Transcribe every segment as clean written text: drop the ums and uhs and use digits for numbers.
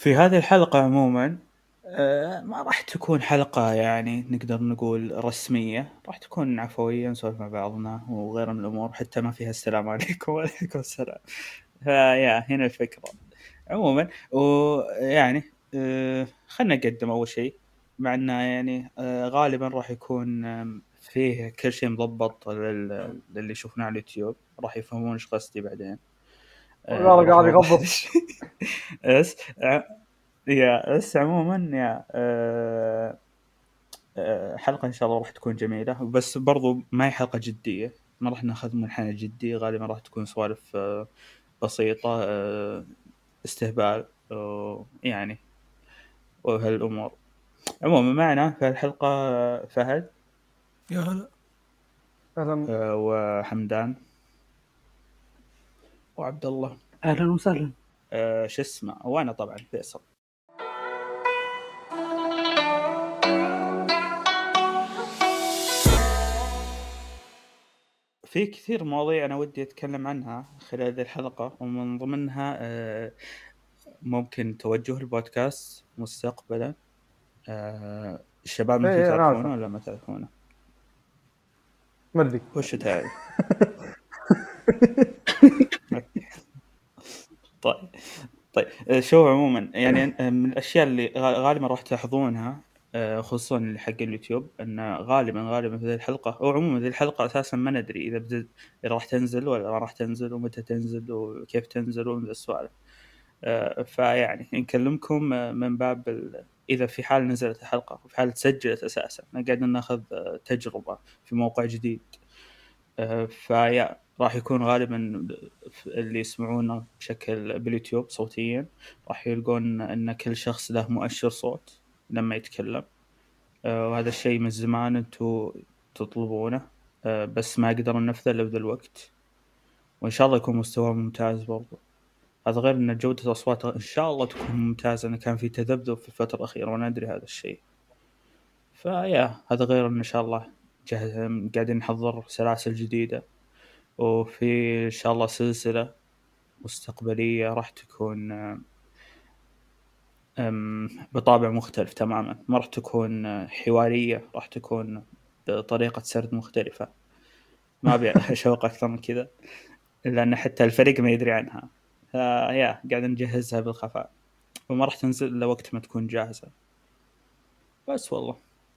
في هذه الحلقة عموما ما راح تكون حلقة يعني نقدر نقول رسمية، راح تكون عفوية نسولف مع بعضنا وغيرها من الأمور، حتى ما فيها السلام عليكم وعليكم السلام. فيا هنا الفكرة عموما. ويعني خلنا نقدم أول شيء، مع أنه يعني غالبا راح يكون فيه كل شيء مضبط للي شفناه على اليوتيوب، راح يفهمون ايش قصدي بعدين. والله راح قاعد اوضح هذا يغبط. الشيء. بس بس عموما حلقة إن شاء الله راح تكون جميلة، بس برضو ما هي حلقة جدية، ما راح ناخذ منحنى جدي، غالبا راح تكون سوالف بسيطة، استهبال يعني وهالأمور. عموما معنا في الحلقة فهد يا هلا. اهلا. وحمدان وعبد الله. اهلا وسهلا. شو اسمه، وأنا طبعا فيصل. في كثير مواضيع أنا ودي أتكلم عنها خلال هذه الحلقة، ومن ضمنها ممكن توجه البودكاست مستقبلا. الشباب انتوا ايه انا عارفه. تعرفونه ولا ما تعرفونه؟ ما ادري. وش تعرف؟ طيب. طيب شو عموما يعني من الاشياء اللي غالبا راح تلاحظونها، خصوصا اللي حق اليوتيوب، ان غالبا في ذي الحلقه او عموما ذي الحلقه اساسا ما ندري اذا راح تنزل ولا ما راح تنزل، ومتى تنزل وكيف تنزل ومن ذا السوالف. فيعني نكلمكم من باب إذا في حال نزلت الحلقة وفي حال تسجلت أساسا قاعدين ناخذ تجربة في موقع جديد. فيا راح يكون غالبا اللي يسمعونا بشكل باليوتيوب صوتيا راح يلقون أن كل شخص له مؤشر صوت لما يتكلم. وهذا الشيء من زمان أنتوا تطلبونه، بس ما قدرنا ننفذه إلا بذا الوقت، وإن شاء الله يكون مستواه ممتاز برضو. هذا غير ان جودة الاصوات ان شاء الله تكون ممتازة، انه كان في تذبذب في الفترة الاخيرة وانا ادري هذا الشيء. هذا غير ان شاء الله قاعدين نحضر سلاسل جديدة، وفي ان شاء الله سلسلة مستقبلية راح تكون بطابع مختلف تماما، ما راح تكون حوارية، راح تكون بطريقة سرد مختلفة. ما ابي اشوق اكثر من كذا لان حتى الفريق ما يدري عنها. قاعد نجهزها بالخفاء، وما راح تنزل الا وقت ما تكون جاهزة. بس والله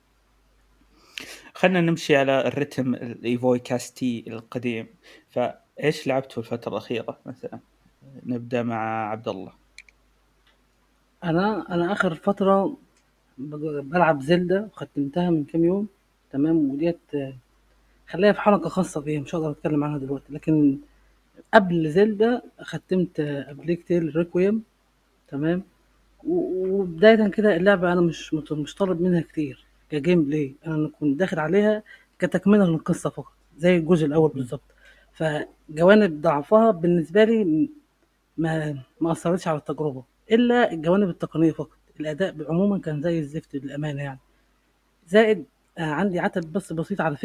خلنا نمشي على الرتم الايفوي كاستي القديم. فايش لعبتوا الفترة الأخيرة مثلا؟ نبدأ مع عبد الله. انا اخر فتره بلعب زلدة، ختمتها من كام يوم. تمام، وديت خليها في حلقه خاصه بيها، مش هقدر اتكلم عنها دلوقتي. لكن قبل زلدة ختمت ابليكتيل ريكويم. تمام. وبدايه كده اللعبه انا مش طالب منها كتير كجيم بلاي، انا كنت داخل عليها كتكمله للقصه فقط، زي الجزء الاول بالظبط. فجوانب ضعفها بالنسبه لي ما أثّرتش على التجربة، إلا الجوانب التقنية فقط. الأداء عمومًا كان زي الزفت للأمانة يعني. زائد عندي عتب بس بسيط على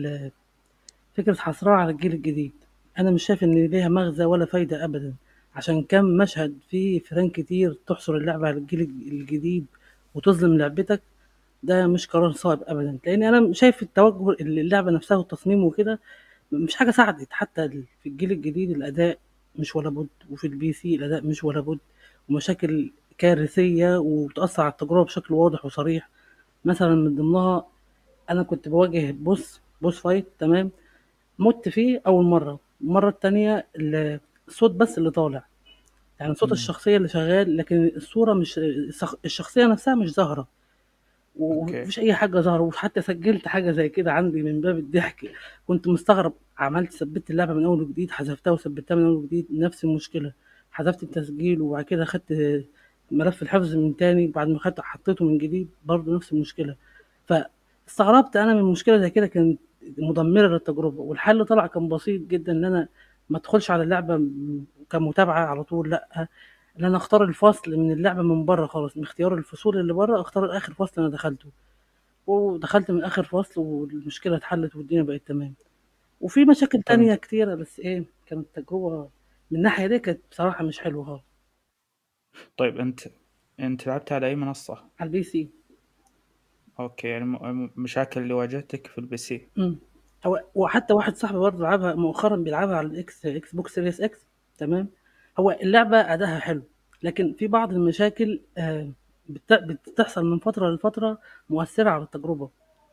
فكرة حصرها على الجيل الجديد. أنا مش شايف إن ليها مغزى ولا فايدة أبدًا، عشان كام مشهد فيه فيران كتير تحصر اللعبة على الجيل الجديد وتظلم لعبتك. ده مش قرار صائب أبدًا، لإن أنا شايف التوجه اللعبة نفسها والتصميم وكده مش حاجة ساعدت. حتى في الجيل الجديد الأداء مش ولا بد، وفي البي سي الأداء مش ولا بد، ومشاكل كارثية وبتأثر على التجربة بشكل واضح وصريح. مثلا من ضمنها، أنا كنت بواجه بوس فايت. تمام. مت فيه أول مرة، المرة التانية الصوت بس اللي طالع، يعني صوت مم. الشخصية اللي شغال، لكن الصورة مش، الشخصية نفسها مش ظاهرة، اوكي. ومفيش اي حاجه ظهر. وحتى سجلت حاجه زي كده عندي من باب الضحك. كنت مستغرب، عملت ثبت اللعبه من اول وجديد، حذفتها وثبتها من اول وجديد، نفس المشكله. حذفت التسجيل وبعد كده خدت ملف الحفظ من تاني، بعد ما خدته حطيته من جديد برضه نفس المشكله. فاستغربت انا من مشكله زي كده كانت مدمره للتجربه. والحل طلع كان بسيط جدا، ان انا ما ادخلش على اللعبه كمتابعه على طول، لا، ان انا اختار الفصل من اللعبه من بره خالص، من اختيار الفصول اللي بره اختار اخر فصل انا دخلته، ودخلت من آخر فصل والمشكلة اتحلت والدنيا بقت تمام. وفي مشاكل طيب تانية كتيرة، بس إيه، كانت تجربة من الناحية دي كانت بصراحة مش حلوة خالص. طيب انت انت لعبتها على اي منصة؟ على البي سي. اوكي، يعني مشاكل اللي واجهتك في البي سي. هو وحتى واحد صاحبي برضه لعبها مؤخرا، بيلعبها على اكس بوكس سيريس اكس. تمام. هو اللعبه ادائها حلو، لكن في بعض المشاكل بتحصل من فتره لفتره، مؤثره على التجربه.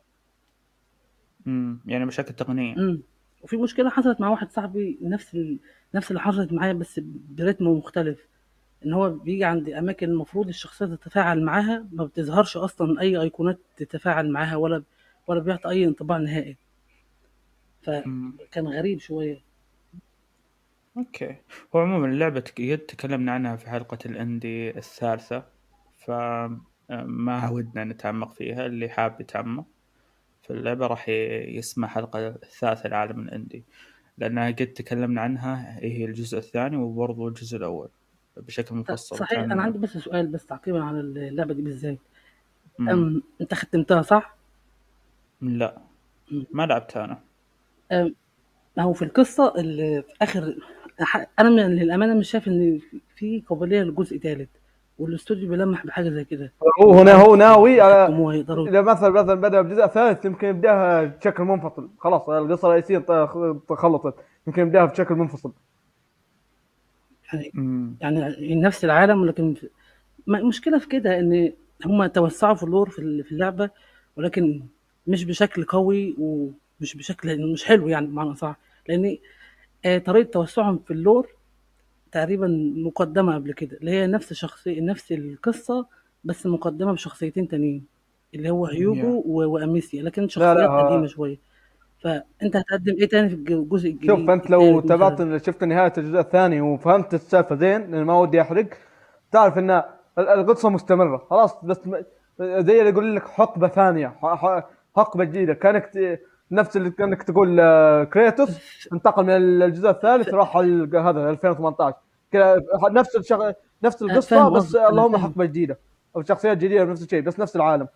يعني مشاكل تقنية. وفي مشكله حصلت مع واحد صاحبي، نفس اللي حصلت معايا، بس برتم مختلف. ان هو بيجي عند اماكن المفروض الشخصيه تتفاعل معاها، ما بتظهرش اصلا اي ايقونات تتفاعل معاها، ولا بيعطي اي انطباع نهائي. مم. فكان غريب شويه. اوكي. هو عموما اللعبة قد تكلمنا عنها في حلقة الاندي الثالثة، فما ودنا نتعمق فيها. اللي حاب يتعمق في اللعبة راح يسمع حلقة الثالثة لعالم الاندي، لأنها قد تكلمنا عنها. هي الجزء الثاني وبرضو الجزء الأول بشكل مفصل صحيح، انا كان. عندي بس سؤال، بس تعقيبا على اللعبه دي بالذات. مم. انت ختمتها صح؟ لا، أم، ما لعبتها أنا. هو في القصه اللي في اخر، انا للامانه مش شايف ان في قابليه لجزء ثالث، والاستوديو بيلمح بحاجه زي كده. هو مش هنا عارف هو ناوي اللي على ختموها يقدروا اذا مثلا بدا بجزء ثالث، يمكن يبداها بشكل منفصل. خلاص القصه الرئيسيه خلصت، يمكن يبداها بشكل منفصل. يعني مم. يعني نفس العالم، لكن المشكله في كده ان هم توسعوا في اللور في اللعبه، ولكن مش بشكل قوي، ومش بشكل مش حلو يعني بمعنى صح. لان طريقه توسعهم في اللور تقريبا مقدمه قبل كده، اللي هي نفس نفس القصه، بس مقدمه بشخصيتين تانيين، اللي هو يا هيوجو واميسيا، لكن لا لا شخصيات قديمه شويه. فانت هتقدم ايه تاني في الجزء شوف، الجديد انت لو التالت مثلا؟ تابعت شفت نهايه الجزء الثاني وفهمت السالفه زين، لان ما ودي احرق، تعرف ان القصه مستمره خلاص. بس زي اللي يقول لك حقبه ثانيه، حقبه جديده. كانك نفس اللي كانك تقول كريتوس انتقل من الجزء ف... الثالث راح هذا 2018 كذا. نفس القصه، فاهم بس قصدك، انا اللهم فاهم. حقبه جديده او شخصيات جديده، نفس الشيء بس نفس العالم.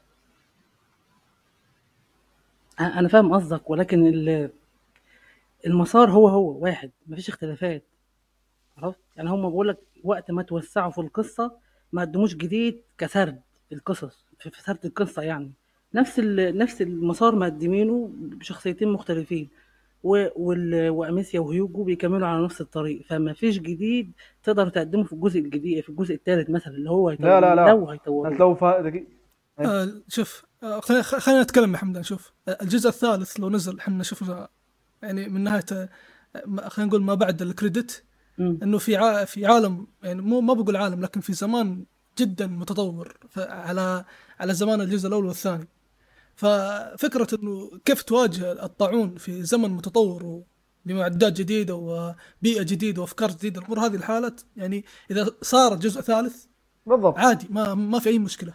انا فاهم قصدك، ولكن المسار هو واحد، مفيش اختلافات. عرفت يعني؟ هم بقول لك وقت ما توسعوا في القصه، ما قدموش جديد كسرد القصص، في سرد القصه يعني. نفس المسار مقدمينه بشخصيتين مختلفين، واميسيا وهيوجو بيكملوا على نفس الطريق، فما فيش جديد تقدر تقدمه في الجزء الجديد، في الجزء الثالث مثلا، اللي هو لا لا لا، لو انت هيطوروه. لو شوف، خلينا نتكلم يا حمدان. شوف، الجزء الثالث لو نزل احنا شفنا يعني من نهاية، خلينا نقول ما بعد الكريدت، امم انه في عالم، يعني مو ما بقول عالم، لكن في زمان جدا متطور على زمان الجزء الاول والثاني. ففكرة انه كيف تواجه الطاعون في زمن متطور بمعدات جديدة وبيئة جديدة وافكار جديدة، الامور هذه الحالات يعني اذا صار جزء ثالث بالضبط. عادي، ما في اي مشكلة.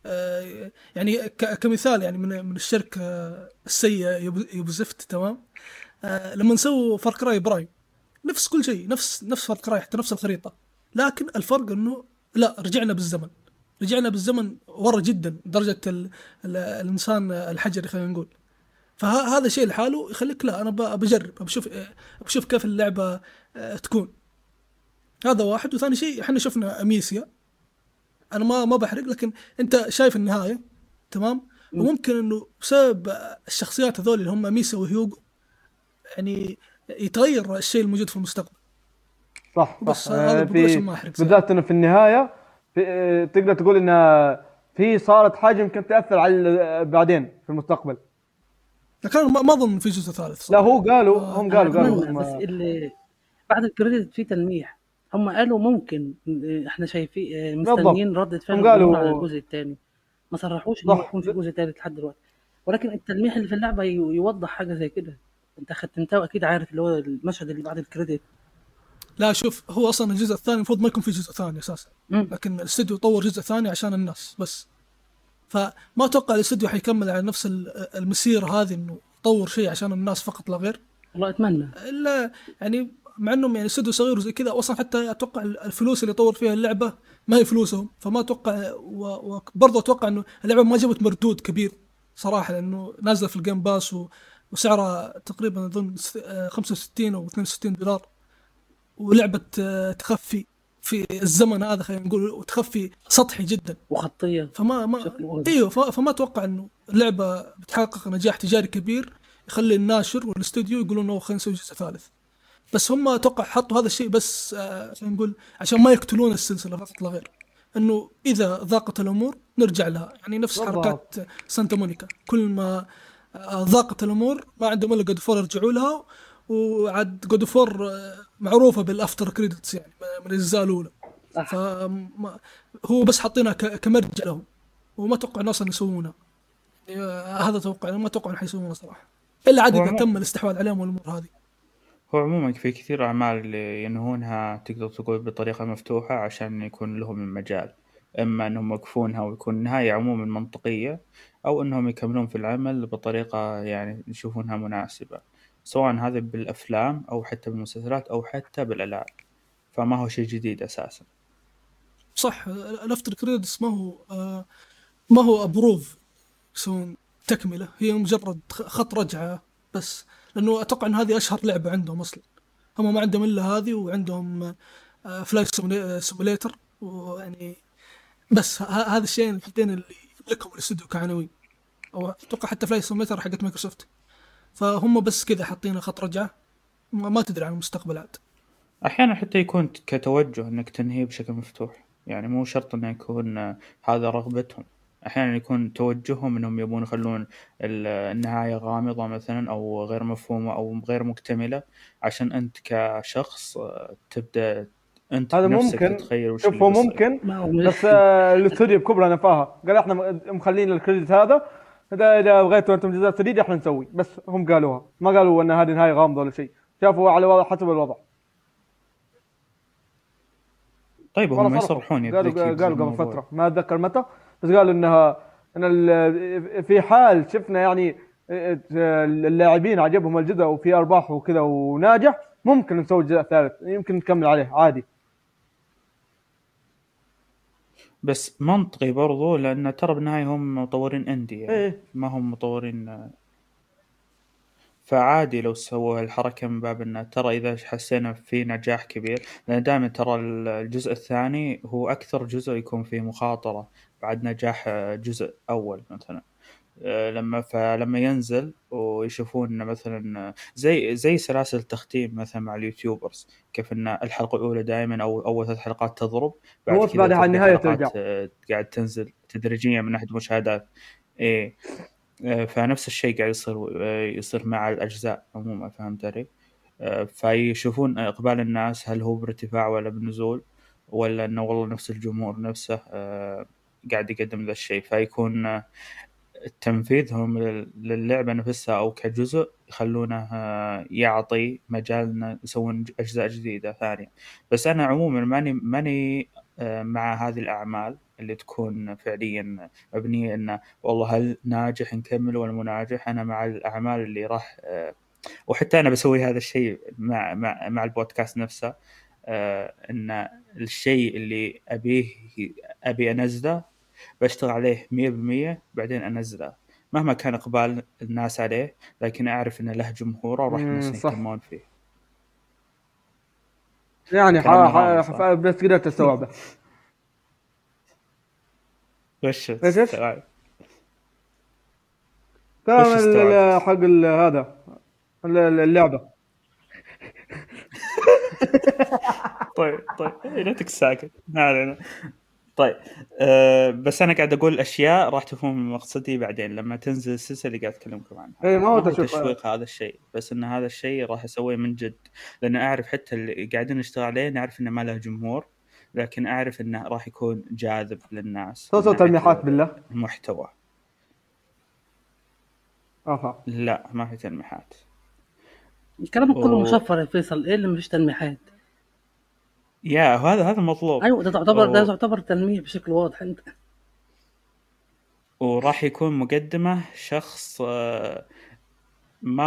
يعني كمثال، يعني من الشركة السيئة يوبزفت، تمام. لما نسوي فار كراي برايم، نفس كل شيء، نفس فار كراي، حتى نفس الخريطة، لكن الفرق انه لا، رجعنا بالزمن ورا جدا، درجة الإنسان الحجري خلينا نقول. فهذا شيء لحاله يخليك لا، أنا بجرب، بشوف كيف اللعبة تكون. هذا واحد. وثاني شيء، احنا شفنا أميسيا، أنا ما بحرق، لكن أنت شايف النهاية، تمام. وممكن إنه بسبب الشخصيات هذول اللي هم أميسيا وهيوغو، يعني يتغير الشيء الموجود في المستقبل. صح بس هذا بقول عشان في ما أحرق زيادة. بالذات انه في النهايه في تقدر تقول ان في صارت حاجه يمكن تاثر على بعدين في المستقبل. لكن أنا ما أظن في جزء ثالث لا، صراحة. هو قالوا هم انا قالوا اتمنى، بس اللي بعد الكريدت في تلميح. هم قالوا ممكن، احنا شايفين بالضبط. مستنيين ردة فعل هم الجمهور على قالوا الجزء الثاني. ما صرحوش ان صح. يكون في جزء ثالث لحد دلوقتي، ولكن التلميح اللي في اللعبة يوضح حاجة زي كده. انت ختمتها واكيد عارف اللي هو المشهد اللي بعد الكريدت. لا شوف، هو أصلا الجزء الثاني المفروض ما يكون في جزء ثاني أساسا، امم لكن الاستوديو طور جزء ثاني عشان الناس بس. فما أتوقع الاستوديو حيكمل على نفس المسيرة هذه، إنه يطور شيء عشان الناس فقط لا غير. والله اتمنى. إلا يعني مع إنهم يعني استوديو صغير وزي كذا، أصلا حتى أتوقع الفلوس اللي طور فيها اللعبة ما هي فلوسهم، فما أتوقع. وبرضه أتوقع إنه اللعبة ما جابت مردود كبير صراحة، لأنه نازلة في الجيم باس وسعرها تقريبا أظن 65 أو $62، ولعبة تخفي. في الزمن هذا، خلينا نقول، وتخفي سطحي جدا. وخطيه فما بشكل واضح. ايوه فما اتوقع انه اللعبه بتحقق نجاح تجاري كبير يخلي الناشر والاستوديو يقولون انه خلينا نسوي جزء ثالث. بس هم اتوقع حطوا هذا الشيء بس خلينا نقول عشان ما يقتلون السلسله فقط لا غير، انه اذا ضاقت الامور نرجع لها. يعني نفس بالضبط. حركات سانتا مونيكا، كل ما ضاقت الامور ما عندهم الا جود فور يرجعوا لها. وعاد جود فور معروفه بالافتر كريدتس يعني من الأجزاء الأولى. صح. هو بس حاطينها كمرجع لهم، وما توقع إن أصلا يسوونها. يعني هذا توقع، ما توقع إن حيسوونها صراحة، إلا عاد إذا تم الاستحواذ عليهم والأمور هذه. هو عموما في كثير أعمال اللي ينهونها تقدر تقول بطريقة مفتوحة عشان يكون لهم المجال، إما أنهم يوقفونها ويكون النهاية عموما منطقية، أو أنهم يكملون في العمل بطريقة يعني يشوفونها مناسبة، سواء هذا بالأفلام أو حتى بالمسلسلات أو حتى بالألعاب. فما هو شيء جديد أساسا. صح. الأفتر كريدتس ما هو أبروف يسوون تكملة، هي مجرد خط رجعة بس، لأنه أتوقع أن هذه أشهر لعبة عندهم أصلا. هم ما عندهم إلا هذه، وعندهم فلايت سيموليتر، ويعني بس هذا الشيء الحدين اللي لكم الاستوديو كعناوين. أو أتوقع حتى فلايت سيموليتر حقت مايكروسوفت، فهم بس كذا حاطين خط رجعة، ما تدري عن المستقبل عاد. أحيانا حتى يكون كتوجه أنك تنهيه بشكل مفتوح، يعني مو شرط أنه يكون هذا رغبتهم. أحيانا يكون توجههم أنهم يبون يخلون النهاية غامضة مثلا أو غير مفهومة أو غير مكتملة، عشان أنت كشخص تبدأ أنت هذا بنفسك ممكن. تتخيل وش شوف اللي هو بيصير. ممكن، ما هو بس الاستوديو بكبره نفاها، قال احنا مخلين الكريدت هذا، اذا بغيتوا انتم جزء جديد احنا نسوي. بس هم قالوها، ما قالوا ان هذه نهايه غامضه ولا شيء، شافوا على وضع حسب الوضع. طيب ولا هم صرحوا، يصرحون يبدأ قالوا يجيب زي قالوا قبل الموضوع. فتره ما اتذكر متى، بس قالوا انها في حال شفنا يعني اللاعبين عجبهم الجزء وفي ارباح وكذا وناجح، ممكن نسوي جزء ثالث، يمكن نكمل عليه عادي. بس منطقي برضو، لأن ترى بالنهاية هم مطورين اندي يعني ايه ما هم مطورين. فعادي لو سووا الحركة من باب أنه ترى إذا حسينا في نجاح كبير، لأن دائما ترى الجزء الثاني هو أكثر جزء يكون فيه مخاطرة بعد نجاح جزء أول مثلا. فلما ينزل ويشوفون مثلا زي سلاسل التختيم مثلا مع اليوتيوبرز، كيف ان الحلقه الاولى دائما او اول 3 حلقات تضرب، بعد موت كذا بعدها على تبدا النهايه حلقات ترجع. قاعد تنزل تدريجيا من ناحيه المشاهدات. ايه. فنفس الشيء قاعد يصير مع الاجزاء عموما، فهمت علي؟ فيشوفون اقبال الناس هل هو بارتفاع ولا بنزول، ولا انه والله نفس الجمهور نفسه قاعد يقدم ذا الشيء. فيكون تنفيذهم للعبة نفسها أو كجزء يخلونه يعطي مجال يسوون أجزاء جديدة ثانية. بس أنا عموما ماني مع هذه الأعمال اللي تكون فعليا مبنية إنه والله هل ناجح نكمل ولا مو ناجح. أنا مع الأعمال اللي راح وحتى أنا بسوي هذا الشيء مع البودكاست نفسه، إن الشيء اللي أبي أنزله بشتغل عليه 100%، بعدين أنزله مهما كان إقبال الناس عليه، لكن أعرف إنه له جمهوره وراح الناس صح. يهتمون فيه. يعني كلام نهائي صح. بس قدرت استوعبه. وش ايش استوعب؟ كلام وش استوعبت؟ حق هذا اللعبه. طيب لا تكساكت، ما علينا. طيب بس أنا قاعد أقول أشياء راح تفهم من مقصدي بعدين لما تنزل السلسلة اللي قاعد أتكلمكم عنها. ايه ما هو ما هو تشويق. تشويق هذا الشيء، بس إن هذا الشيء راح أسويه من جد، لأن أعرف حتى اللي قاعدين نشتغل عليه نعرف إنه ما له جمهور، لكن أعرف إنه راح يكون جاذب للناس من صوت ناحية تلميحات بالله. المحتوى. اها لا ما في تلميحات. كلامك كله مشفر يا فيصل، ايه اللي مفيش تلميحات؟ يا هذا مطلوب. ايوه ده تعتبر تلميح بشكل واضح انت. وراح يكون مقدمة شخص ما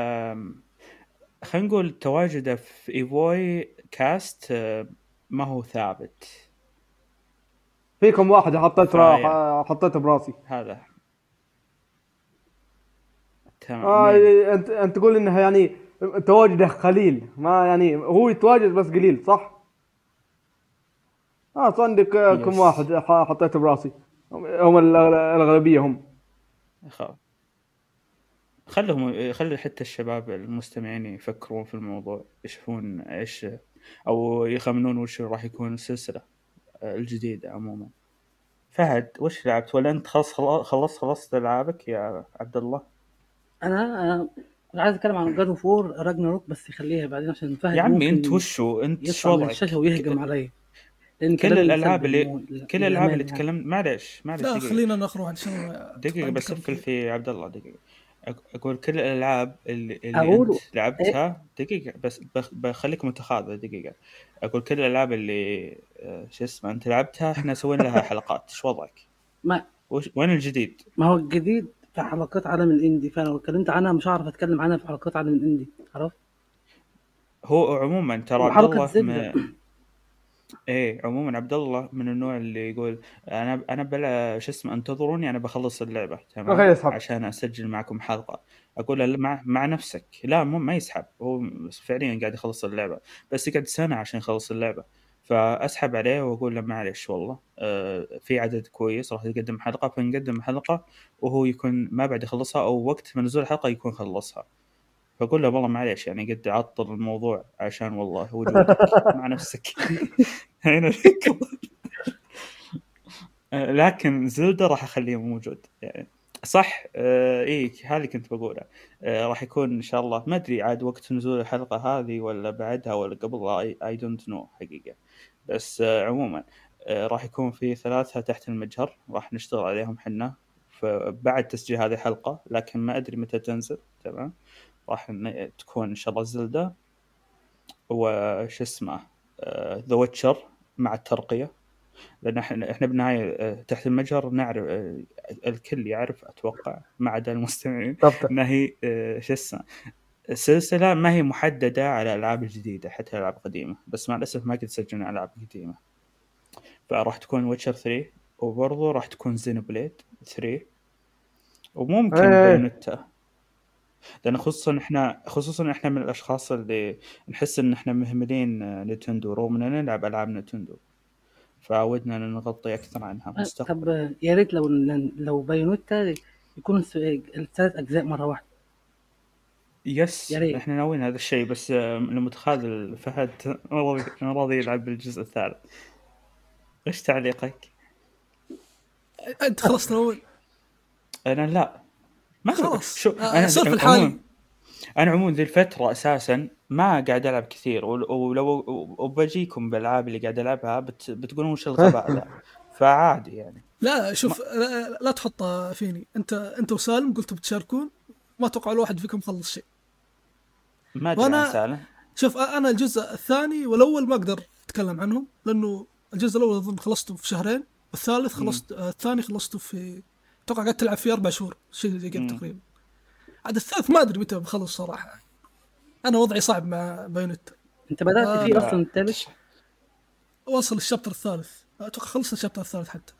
خلينا نقول تواجده في ايفوي كاست ما هو ثابت. فيكم واحد حطيته براسي. هذا تمام. انت تقول انها يعني تواجده قليل، ما يعني هو يتواجد بس قليل، صح؟ عندك كم يس. واحد حطيته براسي، هم الأغلبية هم. خ- خلي حتى الشباب المستمعين يفكرون في الموضوع، يشوفون ايش او يخمنون وش راح يكون السلسلة الجديدة عموما. فهد وش لعبت؟ ولا انت خلصت العابك يا عبد الله؟ انا كنت عايز اتكلم عن جاد اوف وور راجناروك، بس يخليها بعدين عشان يا فهد عمي انت ممكن انت شو يطلع من الشاشه وضعك؟ ويهجم عليا، لان كل كلامي الالعاب سلبي اللي كل الالعاب اللي للامانه يعني. تكلمت، معلش لا دقيقة خلينا نخرج عشان اتوقع دقيقة عندك كلام بسفل كثير. في عبد الله دقيقة. أقول كل الألعاب اللي أنت اقول إيه؟ لعبتها، دقيقة بس بخليك متخاذل دقيقة. أقول كل الألعاب اللي شو اسمه أنت لعبتها إحنا سوينا لها حلقات، شو وضعك؟ ما وين الجديد؟ ما هو الجديد في حلقات عالم الاندي، فانا لو اتكلمت عنها مش هعرف اتكلم عنها في حلقات عالم الاندي، عرفت؟ هو عموما ترى عبد وحلقه الله زلدة. ايه عموما عبد الله من النوع اللي يقول انا بلا شو اسمه انتظروني انا بخلص اللعبه أخي تمام يسحب. عشان اسجل معكم حلقه. اقول له مع نفسك، لا مو ما يسحب، هو فعليا قاعد يخلص اللعبه بس يقعد سنه عشان يخلص اللعبه. فاسحب عليه واقول له معلش والله في عدد كويس راح يقدم حلقه، فنقدم حلقه وهو يكون ما بعد يخلصها او وقت من نزول الحلقه يكون خلصها. فأقول له والله معليش يعني قد عطل الموضوع عشان والله وجودك مع نفسك. هنا فيك. لكن زلدة راح أخليه موجود يعني. صح إيه هذه كنت بقوله. راح يكون إن شاء الله ما أدري عاد وقت نزول الحلقة هذه ولا بعدها ولا قبل I don't know حقيقة. بس عموما راح يكون في 3 تحت المجهر راح نشتغل عليهم حنا بعد تسجيل هذه الحلقة، لكن ما أدري متى تنزل. تمام راح تكون إن شاء الله زلدة وش اسمه ذا ويتشر مع الترقية، لأن إحنا بالنهاية تحت المجهر نعرف الكل يعرف أتوقع ما عدا المستمعين طبته. إن هي شو اسمه السلسلة ما هي محددة على الألعاب الجديدة حتى الألعاب القديمة، بس مع الأسف ما قد سجلنا ألعاب قديمة. فراح تكون ويتشر 3 وبرضه راح تكون زينوبليد 3 وممكن إيه. بايونيتا، لأن خصوصا إحنا من الأشخاص اللي نحس إن إحنا مهملين نينتندو رغم إننا نلعب ألعاب نينتندو، فودنا نغطي أكثر عنها طب مستقبلا. يا ريت لو بايونيتا يكون الثلاث اجزاء مره واحده، يا يس ريت. إحنا ناويين هذا الشيء، بس المتخاذل فهد راضي يلعب بالجزء الثالث. إيش تعليقك؟ انت خلصت الاول أنا لا ما خلاص. شو أنا صرف عموما الحالي. ذي الفترة أساسا ما قاعد ألعب كثير ولو وبجيكم بالألعاب اللي قاعد ألعبها بتقولون وش الغباء ذا، فعادي يعني. لا ما, شوف، لا تحط فيني. انت وسالم قلتوا بتشاركون، ما اتوقع الواحد فيكم خلص شيء. ما أدري عن وانا سالم. شوف، انا الجزء الثاني والاول ما اقدر اتكلم عنهم، لانه الجزء الاول اظن خلصته في شهرين، والثالث خلصت الثاني خلصته في اتوقع قاعد تلعب فيه 4 شهور شيء زي كذا تقريبا. عاد الثالث ما ادري متى بخلص صراحه. انا وضعي صعب مع بايونيتا. انت بدات فيه اصلا لا الثالث؟ واصل الشابتر الثالث، اتوقع خلصت الشابتر الثالث حتى.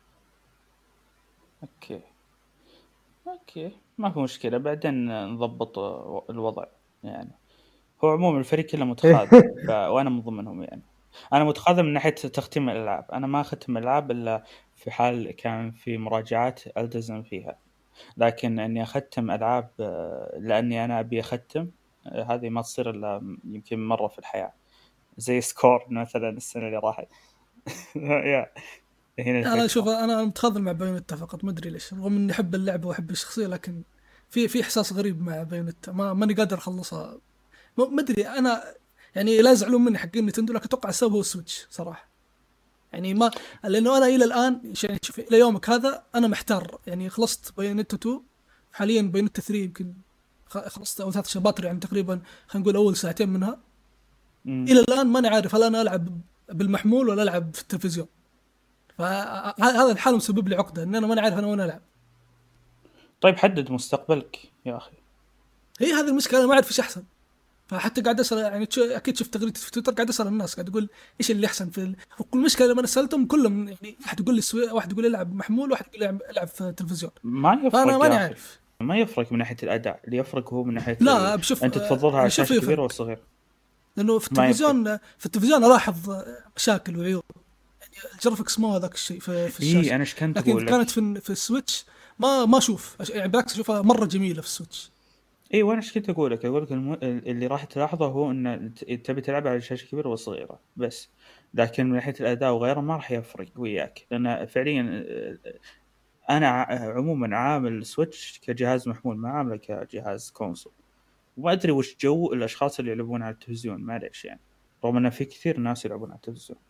اوكي ما في مشكلة بعدين نضبط الوضع يعني. هو عموما الفريق كله متخاذل وانا من ضمنهم يعني. انا متخاذل من ناحية تختيم الالعاب، انا ما اختم الالعاب الا في حال كان في مراجعات التزم فيها، لكن اني اختم العاب لاني انا ابي اختم هذه ما تصير الا يمكن مرة في الحياة، زي سكور مثلا السنة اللي راحت. يا هنا انا شوف، الفكرة. انا متخاذل مع بايونيتا فقط، ما ادري ليش، رغم اني احب اللعبه واحب الشخصيه، لكن في احساس غريب مع بايونيتا، ماني قادر اخلصها. ما ادري انا، يعني لا يزعلون مني حقين نتندو، لكن اتوقع السبب هو السويتش صراحه. يعني ما لانه انا الى الان يعني شوف الى يومك هذا انا محتار. يعني خلصت بايونيتا 2، حاليا بايونيتا 3 يمكن خلصت او 3 شباتر يعني تقريبا، خلينا نقول اول ساعتين منها. الى الان ماني عارف هل انا العب بالمحمول ولا العب في التلفزيون. فهذا الحال مسبب لي عقده ان انا ماني عارف انا وين العب. طيب حدد مستقبلك يا اخي. هي هذه المشكله، انا ما اعرف ايش احسن. فحتى قاعد اسال يعني اكيد شفت تغريده في تويتر، قاعد اسال الناس قاعد اقول ايش اللي احسن في وكل مشكله لما انا سالتهم كلهم يعني واحد يقول لي واحد يقول العب محمول، واحد يقول العب في التلفزيون. ما فانا يفرق ماني يا اخي، عارف. ما يفرق من ناحية الأداء، اللي يفرق هو من ناحية لا بشوف، أنت تفضلها على انا شوف شاشة كبيرة يفرق، ولا صغيرة. لانه في ما يفرق. التلفزيون الاحظ مشاكل وعيوب. الجرافيكس ما هذاك الشيء في الشاشه. انا ايش كنت لكن اقول لك؟ كانت في السويتش ما اشوف يعني، بالعكس اشوفها مره جميله في السويتش. اي وانا ايش كنت اقول لك؟ اللي راح تلاحظه هو ان تبي تلعب على شاشه كبيره وصغيره بس، لكن من ناحيه الاداء وغيره ما راح يفرق وياك، لان فعليا انا عموما عامل سويتش كجهاز محمول، ما عامله كجهاز كونسول. وما ادري وش جو الاشخاص اللي يلعبون على التلفزيون، معليش يعني، رغم ان في كثير ناس يلعبون على التلفزيون.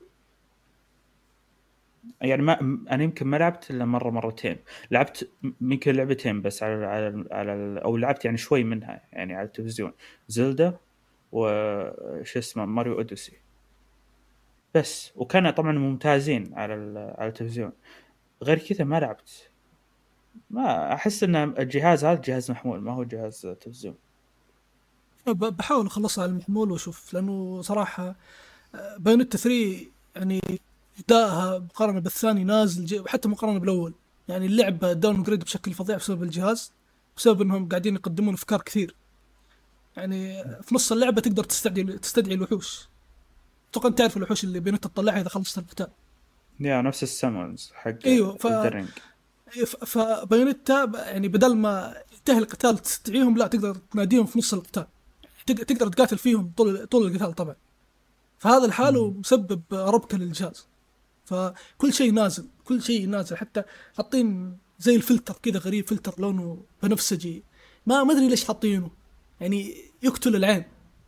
يعني ما انا يمكن ما لعبت الا مره مرتين، لعبت يمكن لعبتين بس او لعبت يعني شوي منها يعني على التلفزيون، زلدا وش اسمه ماريو اوديسي بس، وكانوا طبعا ممتازين على التلفزيون. غير كذا ما لعبت. ما احس ان الجهاز هذا جهاز محمول ما هو جهاز تلفزيون. بحاول اخلصها على المحمول واشوف، لانه صراحه بايونيتا 3 يعني ادائها مقارنه بالثاني نازل حتى مقارنه بالاول. يعني اللعبه داون جريد بشكل فظيع بسبب الجهاز، بسبب انهم قاعدين يقدمون افكار كثير. يعني في نص اللعبه تقدر تستدعي الوحوش. اتوقع انت تعرف الوحوش اللي بايونيتا تطلعها اذا خلصت القتال. يا نفس السامونز حق ايوه الدرينج. فبايونيتا يعني بدل ما ينتهي القتال تستدعيهم، لا تقدر تناديهم في نص القتال، تقدر تقاتل فيهم طول القتال طبعا. فهذا الحال مسبب ربكة للجهاز. فكل شيء نازل، كل شيء نازل، حتى حاطين زي الفلتر كذا غريب، فلتر لونه بنفسجي، ما ادري ليش حاطينه، يعني يقتل العين.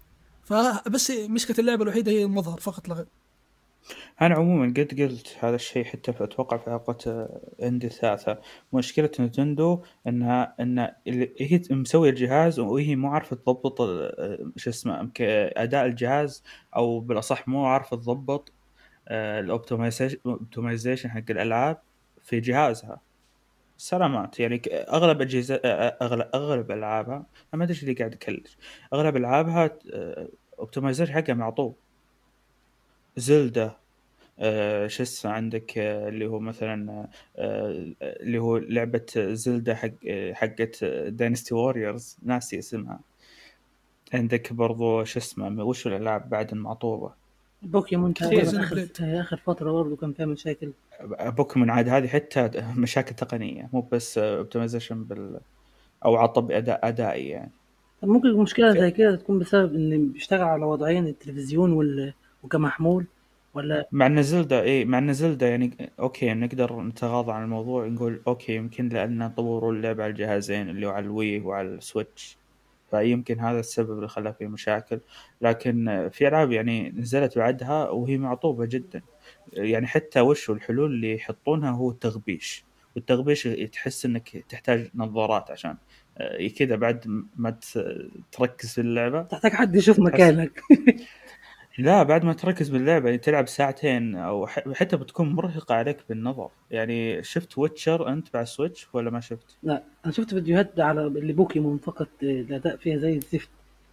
فبس مشكلة اللعبة الوحيدة هي المظهر فقط لا غير. أنا عموما قد قلت هذا الشيء حتى أتوقع في حلقة عندي الثالثة. مشكلة نينتندو إن هي مسوية الجهاز وهي مو عارفة تضبط شو اسمه أداء الجهاز، أو بالأصح مو عارفة تضبط الأوبتمايزيشن حق الألعاب في جهازها. سلامات يعني أغلب أجهزة أغلب ألعابها، أنا ما أدري اللي قاعد أكلش، أغلب ألعابها أوبتمايزيشن حقها معطوب. زلدة شو اسمه عندك اللي هو مثلا اللي هو لعبة زلدة حقت داينستي ووريرز ناسي اسمها. عندك برضو شو اسمه وش الألعاب بعد المعطوبة بوكيمون كثير. تقريبا آخر فترة برضه كان فيها مشاكل. بوكيمون عاد هذه حتى مشاكل تقنية مو بس اوبتمايزيشن أو عطب أدائي يعني. طب ممكن المشكلة زي كده تكون بسبب إن بيشتغل على وضعين، التلفزيون وكمحمول، ولا مع مع زلدة يعني اوكي نقدر نتغاضى عن الموضوع، نقول اوكي يمكن لأن طوروا اللعبة على الجهازين اللي هو على الوي وعلى السويتش، فيمكن هذا السبب اللي خلى فيه مشاكل. لكن في ألعاب يعني نزلت بعدها وهي معطوبة جدا. يعني حتى وش الحلول اللي يحطونها هو التغبيش، والتغبيش تحس انك تحتاج نظارات عشان كذا بعد ما تركز في اللعبة تحتاج حد يشوف تحس. مكانك؟ لا بعد ما تركز باللعبة يعني تلعب ساعتين أو حتى بتكون مرهقة عليك بالنظر. يعني شفت ويتشر أنت بعد سويتش ولا ما شفت؟ لا، أنا شفت فيديوهات على اللي بوكيمون فقط، الأداء فيها زي الزفت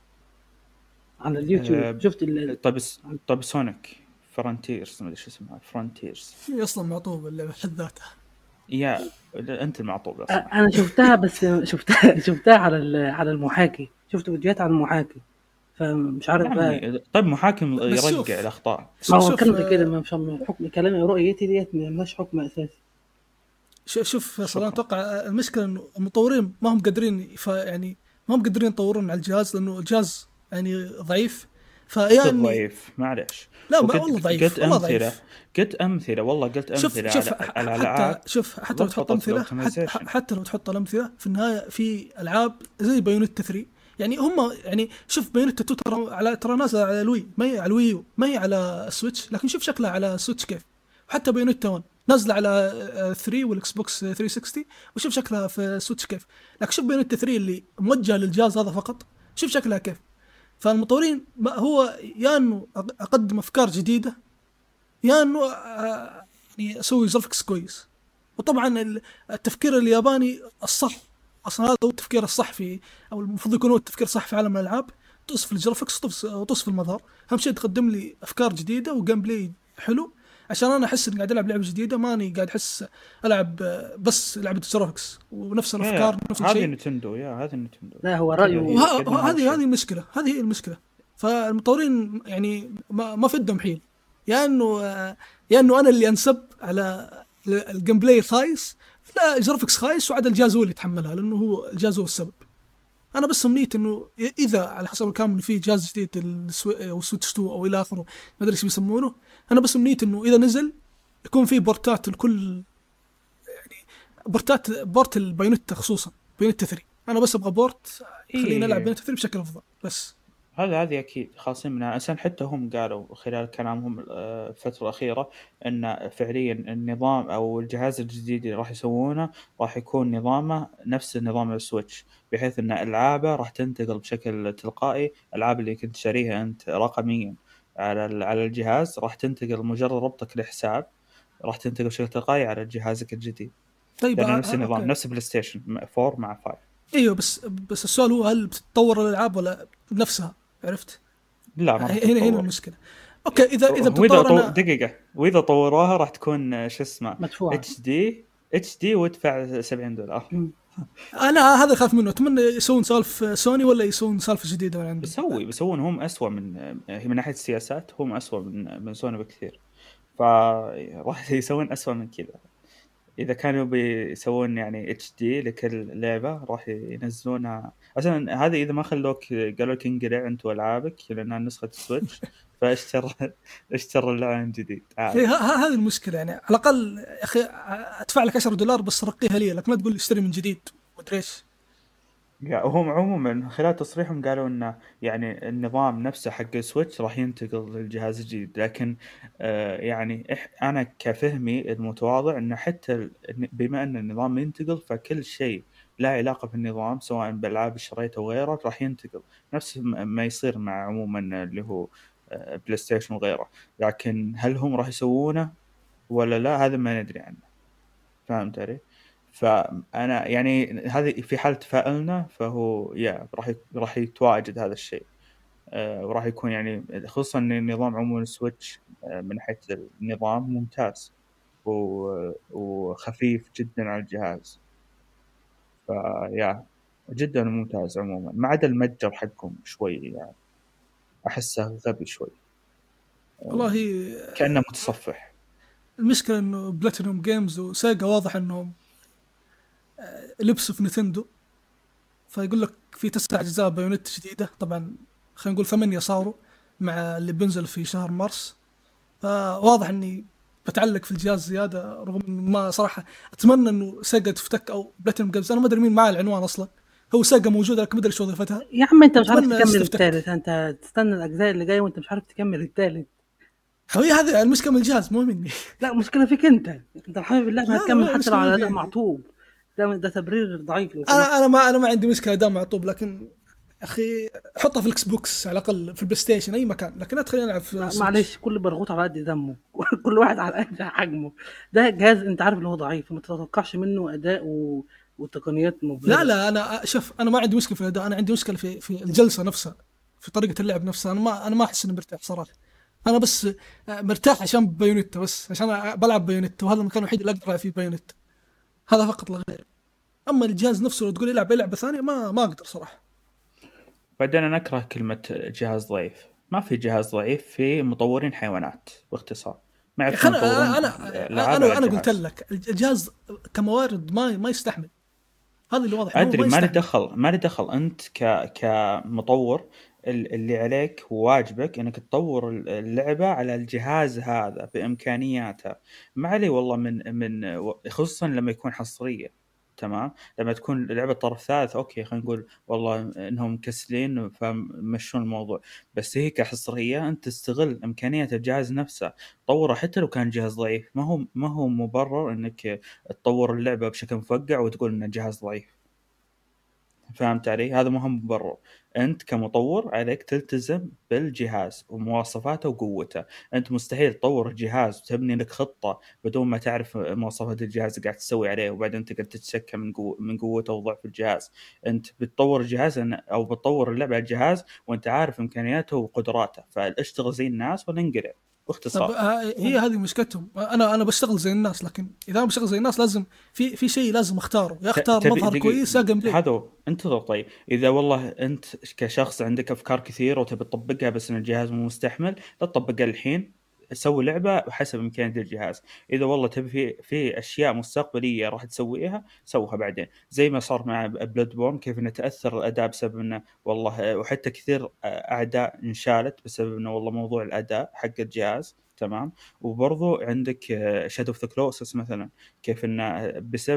على اليوتيوب. أه شفت طب سونيك فرونتيرز ما أدري شو اسمها فرونتيرز. هي اصلا معطوبة اللعبة حد ذاتها. يا أنت المعطوب أصلا. أنا شفتها، بس شفتها على المحاكي، شفت فيديوهات عن المحاكي، فمش عارف بقى. طيب محاكم بس شوف يرجع الأخطاء. ما هو شوف كان زي كده، ما مش حكم كلامي، رؤيتي ديت ملهاش حكم أساسي. شوف فيصل، انا شكرا. اتوقع المشكله انه المطورين ما هم قادرين يعني ما هم قادرين يطورون على الجهاز، لانه الجهاز يعني ضعيف. فيعني ضعيف معلش. لا ما وقد والله ضعيف، قلت والله أمثلة ضعيف. قلت أمثلة والله قلت شوف أمثلة شوف على حتى ألعاب شوف حتى لو تحط ضبطت امثله، الأوبتمايزيشن. حتى لو تحط الامثله في النهايه في العاب زي بايونيتا 3. يعني هم يعني شوف بايونيتا 2 ترى نازله على الوي، ما هي على الويو، ما هي على السويتش، لكن شوف شكلها على السويتش كيف. وحتى بايونيتا 1 نازله على 3 والاكس بوكس 360، وشوف شكلها في السويتش كيف. لكن شوف بايونيتا 3 اللي موجهه للجهاز هذا فقط، شوف شكلها كيف. فالمطورين هو يا انه اقدم افكار جديده، يا انه يعني اسوي جرافيكس كويس. وطبعا التفكير الياباني الصح اصلا، هذا هو التفكير الصح في، او المفروض يكون هو التفكير الصح في عالم الالعاب. تصف الجرافيكس وتصف المظهر، اهم شيء تقدم لي افكار جديده وجيم بلاي حلو، عشان انا احس اني قاعد العب لعبه جديده، ماني قاعد احس العب بس لعبه جرافيكس ونفس الافكار نفس هذه الشيء. نينتندو هذه نينتندو. لا، هو رأيه. وهذه المشكله، هذه هي المشكله. فالمطورين يعني ما في الدم حيل، يا انه انا اللي انسب على الجيم بلاي خايس، لا جرافيكس خايس وعاد الجهاز هو اللي يتحملها، لانه هو الجهاز هو السبب. انا بس امنيت انه اذا على حسب الكلام انه في جهاز جديد او سويتش 2 او الى اخره، ما ادري ايش بيسمونه، انا بس امنيت انه اذا نزل يكون في بورتات الكل، بورت البايونيتا، خصوصا بايونيتا 3. انا بس ابغى بورت خليني العب بايونيتا 3 بشكل افضل بس. هذه اكيد خاصين منها أساسا. حتى هم قالوا خلال كلامهم الفتره الاخيره ان فعليا النظام او الجهاز الجديد اللي راح يسوونه راح يكون نظامه نفس نظام السويتش، بحيث ان العابه راح تنتقل بشكل تلقائي. الالعاب اللي كنت شاريها انت رقميا على الجهاز راح تنتقل مجرد ربطك لحساب، راح تنتقل بشكل تلقائي على جهازك الجديد، طيب لانه نفس النظام، اوكي. نفس بلاي ستيشن 4 مع 5. ايوه بس السؤال هو هل بتتطور الالعاب ولا نفسها؟ عرفت؟ لا، ما راح هنا تتطور. المشكله. اوكي، اذا واذا بتتطور انا دقيقة، واذا طوروها راح تكون شو اسمه مدفوعة. اتش دي وادفع $70. انا هذا خاف منه. اتمنى يسوون سالف سوني ولا يسوون سالفه جديده من عندهم. بيسوون هم أسوأ من ناحية السياسات، هم أسوأ من سوني بكثير، فراح يسوون أسوأ من كذا. إذا كانوا بيسوون يعني اتش دي لكل لعبة راح ينزلونها. عشان هذا إذا ما خلوك قالوا لك انقلع أنت وألعابك لأنها نسخة سويتش، اشتر اللعبة من جديد عادي. هذه المشكله يعني. على الاقل يا اخي ادفع لك $10 بس رقيها لي، لكن لا تقول لي اشتري من جديد ومدري ايش. هم عموما خلال تصريحهم قالوا انه يعني النظام نفسه حق السويتش راح ينتقل للجهاز الجديد، لكن يعني انا كفهمي المتواضع انه حتى بما ان النظام ينتقل فكل شيء لا علاقة بالنظام سواء بالالعاب الشريته وغيره راح ينتقل، نفس ما يصير مع عموما اللي هو بلاي ستيشن وغيره. لكن هل هم راح يسوونه ولا لا هذا ما ندري عنه، فهمت علي؟ فانا يعني هذه في حال تفاؤلنا فهو راح يتواجد هذا الشيء. وراح يكون يعني خصوصا ان نظام عموما السويتش من ناحيه النظام ممتاز وخفيف جدا على الجهاز. جدا ممتاز عموما، ما عدا المتجر حقهم شوي يعني احسه غبي شوي، والله كانه متصفح. المشكله انه بلاتينوم جيمز وسيجا واضح انهم لبسوا في نتندو، فيقول لك في 9 اجزاء بايونيت جديده. طبعا خلينا نقول 8 صاروا مع اللي بينزل في شهر مارس، فواضح اني بتعلق في الجهاز زياده. رغم إن ما صراحه اتمنى انه سيجا تفتك او بلاتينوم جيمز، انا ما ادري مين معاه العنوان اصلا. هو سيجا موجوده لكن ما ادري شو وظيفتها. يا عم انت مش عارف أتمنى تكمل تفتك. الثالث، انت تستنى الاجزاء اللي جايه وانت مش عارف تكمل الثالث. هي هذه المشكله من الجهاز مو مني. لا مشكله فيك انت حابب اللعبه لا، هتكمل حتى مشكلة لو على فيها. اداء معطوب. ده تبرير ضعيف لو سمحت. انا ما عندي مشكله دام معطوب، لكن اخي حطها في الاكس بوكس على الاقل، في البلاي ستيشن اي مكان، لكن لا تخليني العب في السويتش. معلش كل برغوت على قد دمه كل واحد على قد حجمه. ده جهاز انت عارف اللي هو ضعيف، ما تتوقعش منه اداء وتقنيات مبهره. لا انا شوف، انا ما عندي مشكله في الاداء، انا عندي مشكله في الجلسه نفسها، في طريقه اللعب نفسها. انا ما احس اني مرتاح صراحه. انا بس مرتاح عشان بايونيتا، بس عشان بلعب بايونيتا، وهذا المكان الوحيد اللي اقدر العب فيه بايونيتا، هذا فقط لا غير. اما الجهاز نفسه لو تقول يلعب اي لعبه ثانيه ما اقدر صراحه. بعدين انا اكره كلمه جهاز ضعيف. ما في جهاز ضعيف، في مطورين حيوانات باختصار ما يا اخي يعرفون يطورون العاب على انا قلت الجهاز. لك الجهاز كموارد ما يستحمل. هذا اللي واضح، ادري، ما يستحمل. ما لي دخل. انت كمطور اللي عليك وواجبك انك تطور اللعبه على الجهاز هذا بامكانياته. ما علي والله من خصوصا لما يكون حصريه. تمام، لما تكون لعبه طرف ثالث اوكي خلينا نقول والله انهم مكسلين فمشون الموضوع، بس هي كحصريه انت تستغل امكانيات الجهاز نفسه، طوره حتى لو كان جهاز ضعيف. ما هو مبرر انك تطور اللعبه بشكل مفقع وتقول ان الجهاز ضعيف. فهمت علي؟ هذا مهم مبرر. انت كمطور عليك تلتزم بالجهاز ومواصفاته وقوته. انت مستحيل تطور الجهاز وتبني لك خطه بدون ما تعرف مواصفات الجهاز اللي قاعد تسوي عليه، وبعدين تقدر تتشكى من قوته وضعف الجهاز. انت بتطور الجهاز او بتطور اللعبه على الجهاز وانت عارف امكانياته وقدراته، فاشتغل زي الناس ولا انقلع طب باختصار. هي هذه مشكلتهم. انا بشتغل زي الناس، لكن اذا بشتغل زي الناس لازم في شيء لازم اختاره، يا اختار مظهر كويس يا جيم بلاي. هذا انتظر. طيب اذا والله انت كشخص عندك افكار كثيره وتبي تطبقها بس ان الجهاز مو مستحمل، لا تطبقها الحين. تسوي لعبه حسب امكانيات الجهاز. اذا والله تبي في اشياء مستقبليه راح تسويها سوها بعدين، زي ما صار مع بلاد بورن، كيف انه تاثر الاداء بسبب انه والله، وحتى كثير اعداء انشالت بسبب انه والله موضوع الاداء حق الجهاز. تمام. وبرضو عندك شادو اوف ذا كلوسس مثلا، كيف انه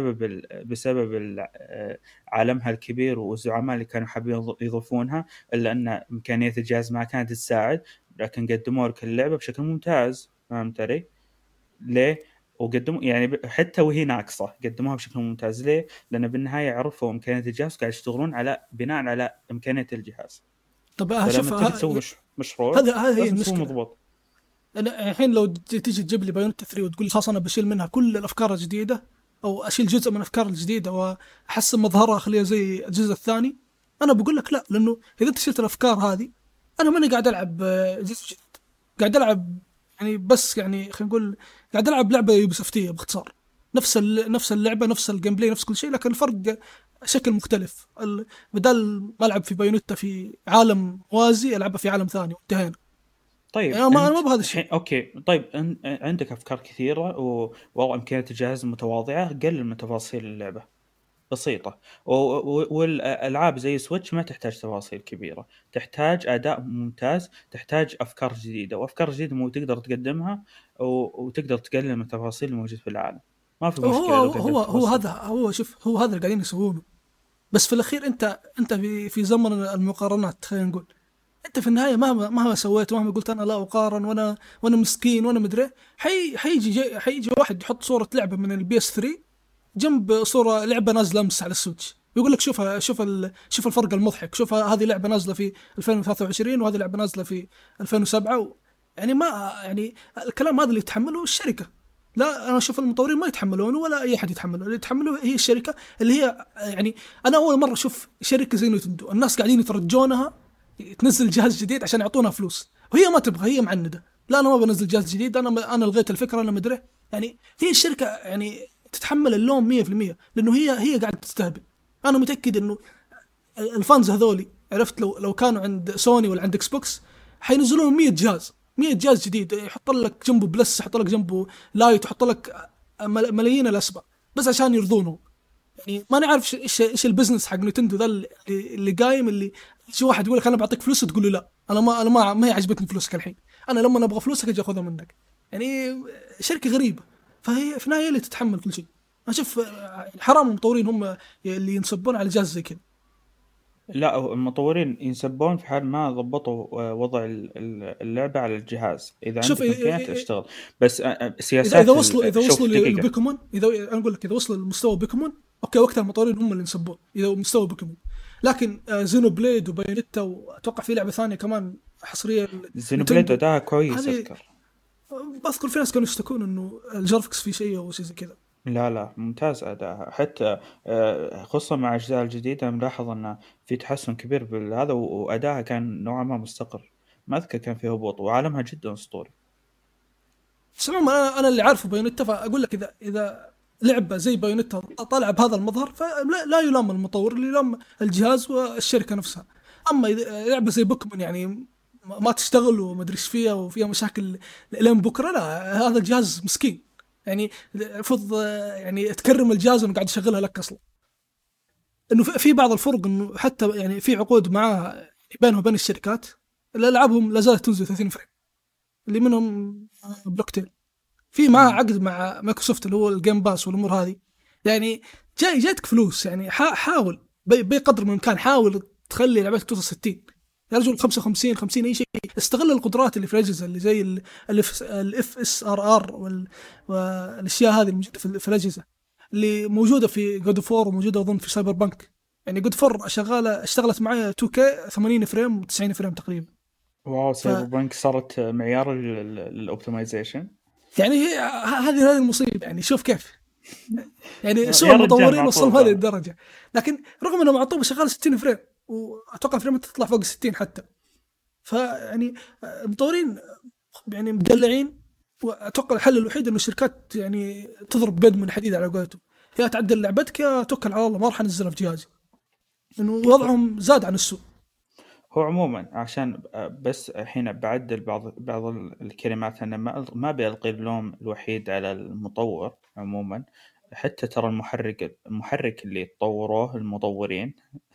بسبب عالمها الكبير والزعماء اللي كانوا حابين يضيفونها، الا ان امكانيه الجهاز ما كانت تساعد، لكن قدموا لك اللعبه بشكل ممتاز. فهمت علي؟ ليه؟ وقدموا يعني حتى وهي ناقصه قدموها بشكل ممتاز. ليه؟ لان بالنهايه عرفوا امكانيه الجهاز، قاعد يشتغلون على بناء على امكانيه الجهاز. طب فلما شوف تبي تسوي مشروع هذه هي لازم تسوي المشكله. مضبوط. انا الحين لو تيجي تجيب لي بايونيتا 3 وتقول لي خلاص انا بشيل منها كل الافكار الجديده، او اشيل جزء من الافكار الجديده واحسن مظهرها اخليها زي الجزء الثاني، انا بقول لك لا. لانه اذا انت شلت الافكار هذه، انا ماني قاعد العب جزء جديد، قاعد العب يعني بس يعني خلينا نقول قاعد العب لعبه يوبيسوفتيه باختصار. نفس اللعبه، نفس الجيم بلاي، نفس كل شيء، لكن الفرق شكل مختلف. بدل ما العب في بايونيتا في عالم موازي، العبها في عالم ثاني وانتهينا. طيب يعني انا ما بهذا الشيء. اوكي، طيب عندك افكار كثيره والله امكانيات الجهاز متواضعه، قلل من تفاصيل اللعبه بسيطه. والالعاب زي سويتش ما تحتاج تفاصيل كبيره، تحتاج اداء ممتاز، تحتاج افكار جديده، وافكار جديده مو تقدر تقدمها وتقدر تقلل من التفاصيل الموجوده في العالم. ما في هو مشكله لو هو قدمت هو تفاصيل. هذا هو شوف، هو هذا اللي قاعدين يسوونه. بس في الاخير انت في زمن المقارنات، خلينا نقول انت في النهايه مهما سويت، مهما قلت انا لا اقارن وانا مسكين وانا مدري، حيجي واحد يحط صوره لعبه من البي اس 3 جنب صوره لعبه نازله امس على السويتش، يقول لك شوف الفرق المضحك، شوف هذه لعبه نازله في 2023 وهذه لعبه نازله في 2007 يعني ما يعني الكلام هذا اللي يتحمله الشركه. لا، انا اشوف المطورين ما يتحملونه ولا اي احد يتحمله، اللي يتحمله هي الشركه اللي هي يعني. انا اول مره اشوف شركه زي نينتندو الناس قاعدين يترجونها تنزل جهاز جديد عشان يعطونها فلوس، وهي ما تبغى، هي معندة، لا انا ما بنزل جهاز جديد، انا لغيت الفكره، انا مدري. يعني هي الشركه يعني تتحمل اللوم 100%، لانه هي قاعده تستهبل. انا متاكد انه الفانز هذولي، عرفت، لو كانوا عند سوني ولا عند اكس بوكس حينزلون 100 جهاز جديد، يحط لك جنبه بلس، يحط لك جنبه لايت، يحط لك ملايين الاسباب بس عشان يرضونه. يعني ما نعرف ايش البزنس حق نينتندو ذا اللي قايم، اللي شي واحد يقول لك انا بعطيك فلوس تقول له لا، انا ما هي عجبتني فلوسك الحين، انا لما ابغى فلوسك اجي اخذها منك. يعني شركه غريبه، فهي في النهايه اللي تتحمل كل شيء. انا اشوف حرام المطورين هم اللي ينصبون على جهاز زي كذا. لا، المطورين ينسبون في حال ما ضبطوا وضع اللعبة على الجهاز. إذا شوف عندك إمكانيات اشتغل، بس اذا سياسات وصلوا شوف دقيقة. لبيكمون، انا اقول لك اذا وصلوا لمستوى بيكمون اوكي، وقتها المطورين هم اللي ينسبون اذا مستوى بيكمون. لكن زينو بليد وبايونيتا، واتوقع في لعبه ثانيه كمان حصريه زينوبليد أداها كويس هذه، أذكر. بذكر في ناس كانوا يشتكون انه الجرافكس فيه شيء او شيء زي كذا. لا ممتاز أداها، حتى خصوصا مع الأجزاء الجديدة ملاحظ أن في تحسن كبير بالهذا، وأداها كان نوعا ما مستقر، ما أذكر كان فيه هبوط، وعالمها جدا أسطوري. بس عموما انا اللي عارفه بايونيتا، فاقول لك اذا لعبه زي بايونيتا طالعه بهذا المظهر، فلا يلام المطور، اللي يلام الجهاز والشركه نفسها. اما إذا لعبه زي بوكيمون يعني ما تشتغل وما ادري ايش فيها وفيها مشاكل لين بكره، لا هذا الجهاز مسكين. يعني المفروض يعني تكرم الجهاز انه قاعد يشغلها لك اصلا. انه في بعض الفرق انه حتى يعني في عقود معاه بينه وبين الشركات، الالعابهم لا زالت تنزل 30 فريم، اللي منهم بلوكتيل في معاه عقد مع مايكروسوفت اللي هو الجيم باس والامور هذه. يعني جاتك فلوس، يعني حاول بقدر من الامكان حاول تخلي لعبتك توصل 60 يا رجل، 55 50 اي شيء. استغل القدرات اللي في الاجهزه اللي زي الاف اس ار ار والاشياء هذه الموجوده في الاجهزه اللي موجوده في جود اوف 4 وموجوده اظن في سايبر بانك. يعني جود اوف 4 اشتغلت معي 2K 80 فريم و90 فريم تقريبا. واو، سايبر بانك صارت معيار للاوبتمايزيشن. يعني هذه المصيبه. يعني شوف كيف يعني سوى يا رجال المطورين وصلوا معطوبة. هذه الدرجه، لكن رغم انه معطوبه شغال 60 فريم، واتوقع فريم تطلع فوق 60 حتى. فيعني المطورين يعني مدلعين، واتوقع الحل الوحيد انه الشركات يعني تضرب بيد من حديد على قولتهم، يا تعدل لعبتك يا توكل على الله، ما راح انزلها في جهازي، لانه وضعهم زاد عن السوق. هو عموما عشان بس الحين بعدل بعض الكلمات. أنا ما بيلقي اللوم الوحيد على المطور عموما. حتى ترى المحرك اللي طوروه المطورين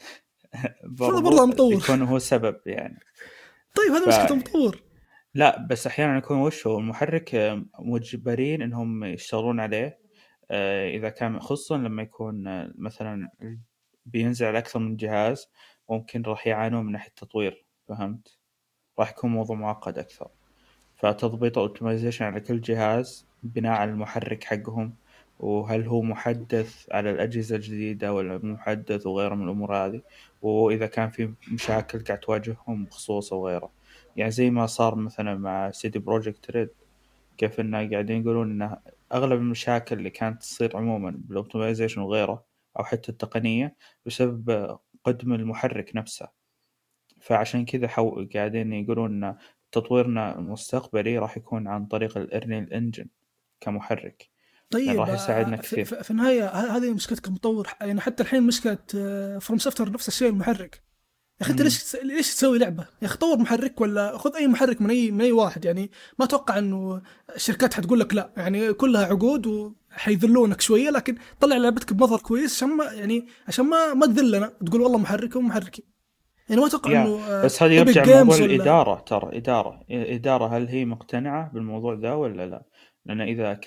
هذا برضه برضو مطور. يكون هو سبب يعني. طيب هذا مشكلة مطور. لا بس أحيانا يكون وش هو المحرك مجبرين إنهم يشتغلون عليه. إذا كان خصوصا لما يكون مثلا بينزل على أكثر من جهاز ممكن راح يعانون من ناحية التطوير. فهمت؟ راح يكون موضوع معقد أكثر. فتضبيط الأوبتمايزيشن على كل جهاز بناء على المحرك حقهم، وهل هو محدث على الأجهزة الجديدة ولا مو محدث وغيره من الأمور هذه. وإذا كان في مشاكل قاعد تواجههم بخصوصه وغيره، يعني زي ما صار مثلا مع سيدي بروجكت ريد، كيف إنه قاعدين يقولون إن أغلب المشاكل اللي كانت تصير عموما بالأوبتمايزيشن وغيره أو حتى التقنية بسبب قدم المحرك نفسه. فعشان كذا قاعدين يقولون إن تطويرنا المستقبلي راح يكون عن طريق الإرنيل إنجن كمحرك، لأن طيب راح يساعدنا كثير. في النهاية هذه مشكلة كمطور، يعني حتى الحين مشكلة فروم سوفتوير نفس الشيء المحرك. يا أخي أنت ليش تسوي لعبة؟ يا أخي طور محرك ولا خذ أي محرك من أي واحد. يعني ما أتوقع إنه الشركات حتقول لك لا، يعني كلها عقود وحيذلونك شوية، لكن طلع لعبتك بمظهر كويس عشان ما تذلنا تقول والله محرك ومحركي. يعني ما أتوقع إنه بس هذا إيبك يرجع جيمز لموضوع ولا الإدارة. ترى إدارة هل هي مقتنعة بالموضوع ذا ولا لا؟ لأن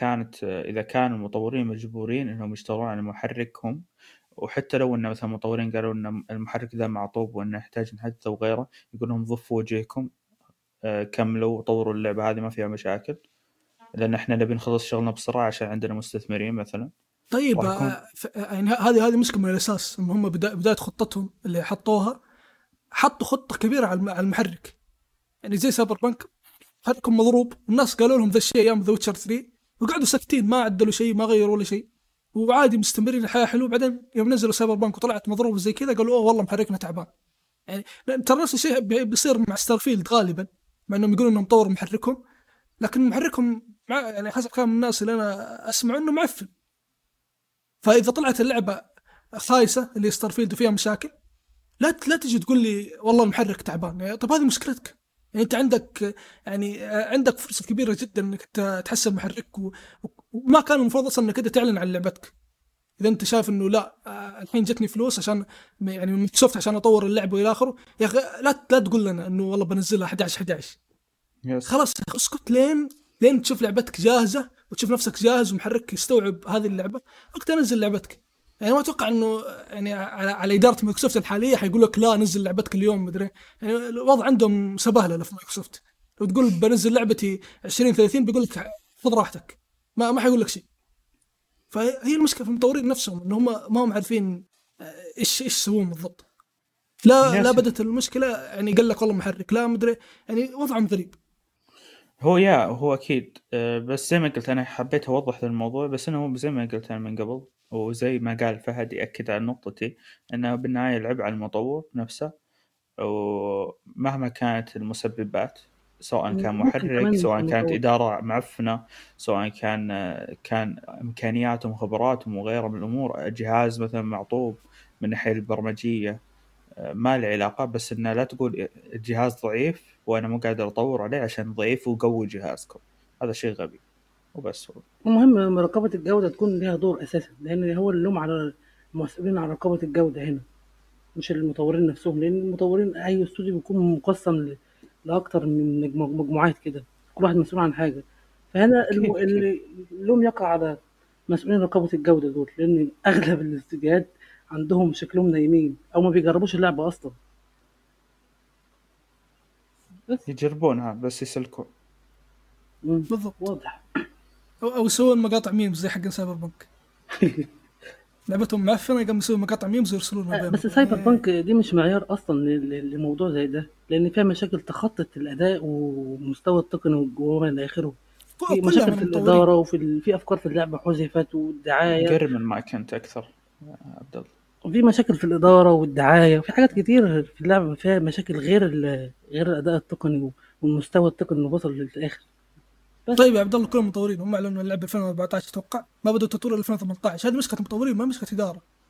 إذا كان المطورين مجبورين إنهم يشتغلون على محركهم، وحتى لو إن مثلا المطورين قالوا إن المحرك ذا معطوب وإنه يحتاج نحدثه وغيره، يقول لهم ضفوا وجهكم، كملوا وطوروا اللعبة هذه ما فيها مشاكل، لأن إحنا نبي نخلص شغلنا بسرعة عشان عندنا مستثمرين مثلا. طيب راح يكون يعني هذه مشكلة من الأساس، إن هم بداية خطتهم اللي حطوها، حطوا خطة كبيرة على المحرك. يعني زي سايبر بانك محركهم مضروب، والناس قالوا لهم ذا الشيء أيام ذا ويتشر 3 وقعدوا ساكتين، ما عدلوا شيء، ما غيروا ولا شيء، وعادي مستمرين الحياة حلوة. بعدين يوم نزلوا سايبر بانك وطلعت مضروب زي كذا قالوا أوه والله محركنا تعبان. يعني ترى نفس الشيء بيصير مع ستارفيلد غالبا، مع إنهم يقولون إنهم طوروا محركهم، لكن محركهم يعني حسب كلام الناس اللي أنا أسمع إنه معفن. فإذا طلعت اللعبة خايسة اللي ستارفيلد وفيها مشاكل، لا تجي تقول لي والله المحرك تعبان. يعني طب هذه مشكلتك. يعني انت عندك فرصة كبيرة جدا انك تحسن محرك وما كان المفروض اصلا انك كده تعلن عن لعبتك. اذا انت شايف انه لا الحين جتني فلوس عشان يعني من مايكروسوفت عشان اطور اللعبه والى اخره، يا اخي لا تقول لنا انه والله بنزلها 11 خلاص اسكت لين تشوف لعبتك جاهزة وتشوف نفسك جاهز ومحرك يستوعب هذه اللعبة وقت نزل لعبتك. يعني ما أتوقع إنه يعني على إدارة مايكروسوفت الحالية حيقول لك لا نزل لعبتك اليوم مدري. يعني الوضع عندهم سبهلة في مايكروسوفت. لو تقول بنزل لعبتي 2030 بيقول لك خذ راحتك، ما حيقول لك شيء. فهي المشكلة في المطورين نفسهم إنهم ما هم عارفين إيش يسوون بالضبط. لا بدت المشكلة يعني قال لك والله محرك لا مدري، يعني وضعهم غريب. هو أكيد. بس زي ما قلت أنا حبيت أوضح الموضوع، بس أنه زي ما قلت أنا من قبل، وزي ما قال فهد يأكد على نقطتي، أنه بالنهاية العب على المطور نفسه، ومهما كانت المسببات، سواء كان محرك، سواء كانت إدارة معفنة، سواء كان إمكانياتهم وخبراتهم وغيره من الأمور، جهاز مثلا معطوب من الناحية البرمجية، ما له علاقة. بس إنه لا تقول الجهاز ضعيف وأنا مو قادر أطور عليه عشان ضعيف وقوي جهازكم، هذا شيء غبي وبس. المهم مراقبة الجودة تكون لها دور أساسا، لأن هو اللوم على المسؤولين عن رقابة الجودة هنا، مش المطورين نفسهم. لأن المطورين أي استوديو بيكون مقسم لأكتر من مجموعات كده، كل واحد مسؤول عن حاجة. فهنا اللوم يقع على مسؤولين رقابة الجودة دول، لأن أغلب الاستوديوهات عندهم شكلهم نايمين أو ما بيجربوش اللعبة أصلا، بس يجربونها بس يسلكون. بالضبط. واضح. أو يسوون مقاطع ميمز زي حق سايبر بانك. لعبتهم معفنة يقوم يسوون مقاطع ميمز ويرسلونها. بس سايبر بانك دي مش معيار أصلا لموضوع زي ده، لأن فيها مشاكل تخطط الأداء ومستوى التقني وما إلى آخره. في مشاكل في الإدارة في أفكار في اللعبة حذفت، والدعاية قرب من ما كنت أكثر عبد الله. وفي مشاكل في الإدارة والدعاية، وفي حاجات كتير في اللعبة فيها مشاكل غير الأداء التقني والمستوى التقني اللي وصل للآخر. طيب يا عبد الله، كل المطورين هم اعلنوا اللعبة 2014 اتوقع، ما بدأوا تطوير 2018. هذه مشكلة مطورين ما مشكلة إدارة.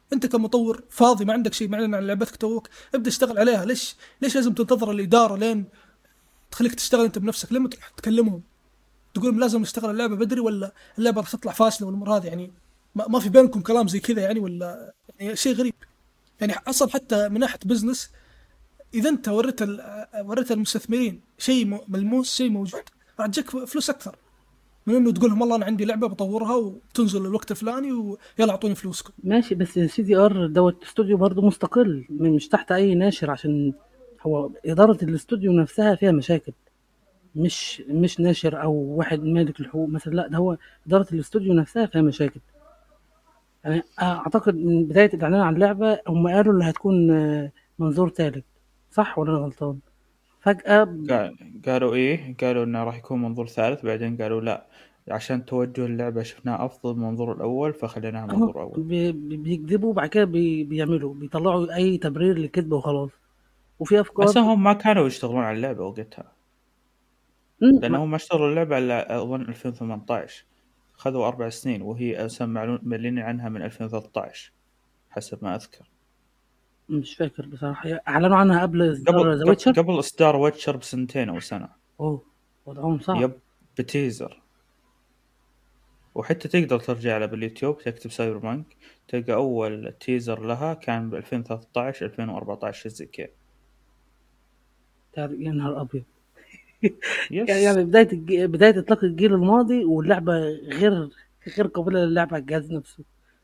انت كمطور فاضي ما عندك شيء، معلن عن لعبتك توك، ابدا اشتغل عليها. ليش لازم تنتظر الاداره لين تخليك تشتغل انت بنفسك؟ لما تروح تكلمهم تقول لهم لازم اشتغل اللعبه بدري، ولا اللعبه راح تطلع فاشله والامور هذه يعني؟ ما في بينكم كلام زي كذا يعني؟ ولا يعني شيء غريب يعني. اصلا حتى من ناحيه بزنس، اذا انت وريت المستثمرين شيء ملموس، شيء موجود، راح تجيك فلوس اكثر من انه تقول لهم والله انا عندي لعبه بطورها وتنزل الوقت الفلاني ويلا اعطوني فلوسكم. ماشي، بس سي دي ار دوت استوديو برضه مستقل، مش تحت اي ناشر، عشان هو اداره الاستوديو نفسها فيها مشاكل. مش ناشر او واحد مالك الحقوق مثلا، لا، ده هو اداره الاستوديو نفسها فيها مشاكل. يعني اعتقد من بدايه الاعلان عن اللعبه هم قالوا اللي هتكون منظور ثالث، صح ولا انا غلطان؟ فجاه قالوا إيه، قالوا إنه راح يكون منظور ثالث، بعدين قالوا لا عشان توجه اللعبة شفناه أفضل من المنظور الأول فخليناها منظور أول. بيكذبوا، بعد كده بيعملوا بيطلعوا اي تبرير للكذب وخلاص. وفي افكار. أصلا هم ما كانوا يشتغلون على اللعبة وقتها، لأنهم ما اشتغلوا اللعبة إلا أظن 2018، خذوا 4 سنين، وهي أصلا معلنين عنها من 2013 حسب ما أذكر. مش فاكر بصراحه، اعلنوا عنها قبل اصدار قبل ذا ويتشر. قبل إصدار ويتشر بسنتين أو سنة. اوه، وضعهم صعب. يب، بتيزر. وحتى تقدر ترجع له باليوتيوب، تكتب سايبر بانك تلقى أول تيزر لها كان ب 2013 2014 زي كذا. يا نهار ابيض. يس. يعني بدايه اطلاق الجيل الماضي واللعبه غير قابله للعب على الجهاز نفسه.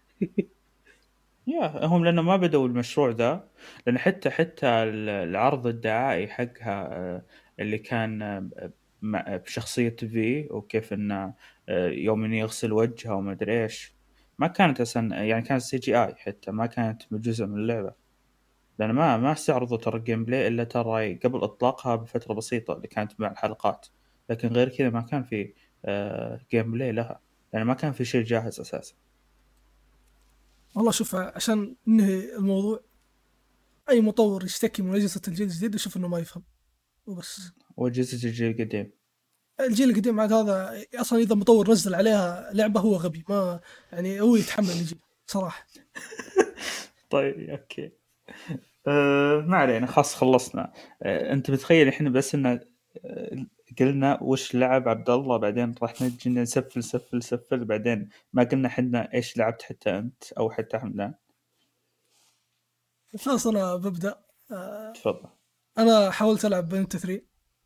يا هم لأنه ما بدأوا المشروع ذا، لأن حتى العرض الدعائي حقها اللي كان بشخصية في، وكيف إنه يوم إنه يغسل وجهه وما أدري إيش، ما كانت أصلا يعني كانت CGI، حتى ما كانت جزء من اللعبة، لأن ما استعرضوا ترى الجيم بلاي إلا ترى قبل إطلاقها بفترة بسيطة اللي كانت مع الحلقات، لكن غير كذا ما كان في جيم بلاي لها، لأن ما كان في شيء جاهز أساسا. والله شوف، عشان ننهي الموضوع، اي مطور يشتكي من اجهزه الجيل الجديد يشوف انه ما يفهم وبس. وجزء الجيل القديم. الجيل القديم عاد هذا اصلا اذا مطور نزل عليها لعبه هو غبي، ما يعني هو يتحمل الجيل صراحه. طيب اوكي. ما علينا، خلاص خلصنا. انت متخيل احنا بس ان قلنا وش لعب عبد الله، بعدين راح نجي نسفل بعدين ما قلنا حنا ايش لعبت حتى انت او حتى حمدان. خلاص انا ببدا. تفضل. انا حاولت العب بنت 3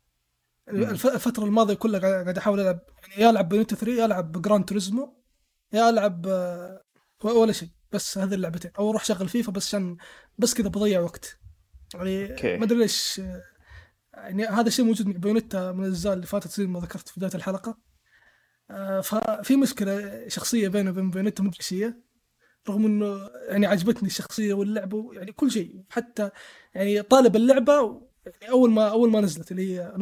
الفتره الماضيه كلها، قاعد احاول العب يعني، يا العب بنت 3 يا العب جراند توريزمو يا العب ولا شيء، بس هذه اللعبتين، او اروح شغل فيفا بس عشان بس كذا بضيع وقت يعني. اوكي. ما ادري ليش يعني هذا الشيء موجود مع بايونيتا من الأجزاء اللي فاتت زي ما ذكرت في بداية الحلقة. ففي مشكلة شخصية بيني وبين بايونيتا مدري إيش هي، رغم إنه يعني عجبتني الشخصية واللعبة يعني كل شيء، حتى يعني طالب اللعبة يعني أول ما نزلت اللي هي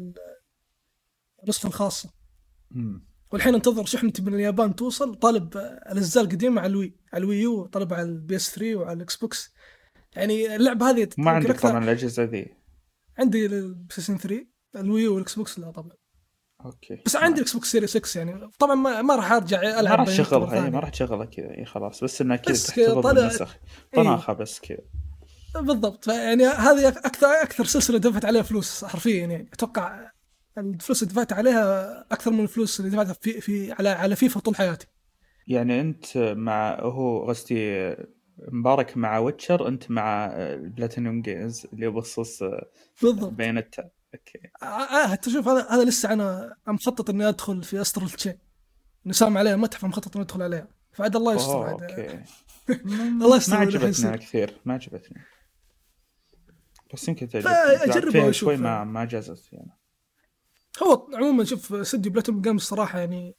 النسخة الخاصة، والحين انتظر شحنتي من اليابان توصل، طالب الأجزاء القديمة على الوي يو، طالب على البي اس 3 وعلى الإكس بوكس. يعني اللعبة هذه ما عندك طبعا الأجهزة ذي؟ عندي البلايستيشن 3 الوي والاكس بوكس لا طبعا. اوكي. بس عندي الاكس بوكس سيريس 6 يعني طبعا ما راح ارجع العب، ما راح تشغلها، ما راح تشغلها كذا خلاص، بس انها كذا تحتفظ بالنسخ طناخه بس كذا. بالضبط. يعني هذه اكثر سلسله دفعت عليها فلوس حرفيا، يعني اتوقع الفلوس اللي دفعت عليها اكثر من الفلوس اللي دفعتها في على فيفا طول حياتي. يعني انت مع هو غستي مبارك مع ويتشر، انت مع البلاتينيوم جيمز اللي بخصوص بيانتا. اوكي. تشوف هذا لسه انا مخطط اني ادخل في استرال تشين، نسام عليها متحف، مخطط اني ادخل عليها، فعاد الله يستر. اوكي. الله يستر. ما عجبتني كثير، ما عجبتني، بس يمكن تعجبني. اجربها شوي ما جازت يعني. هو عموما شوف استوديو بلاتينيوم جيمز الصراحه يعني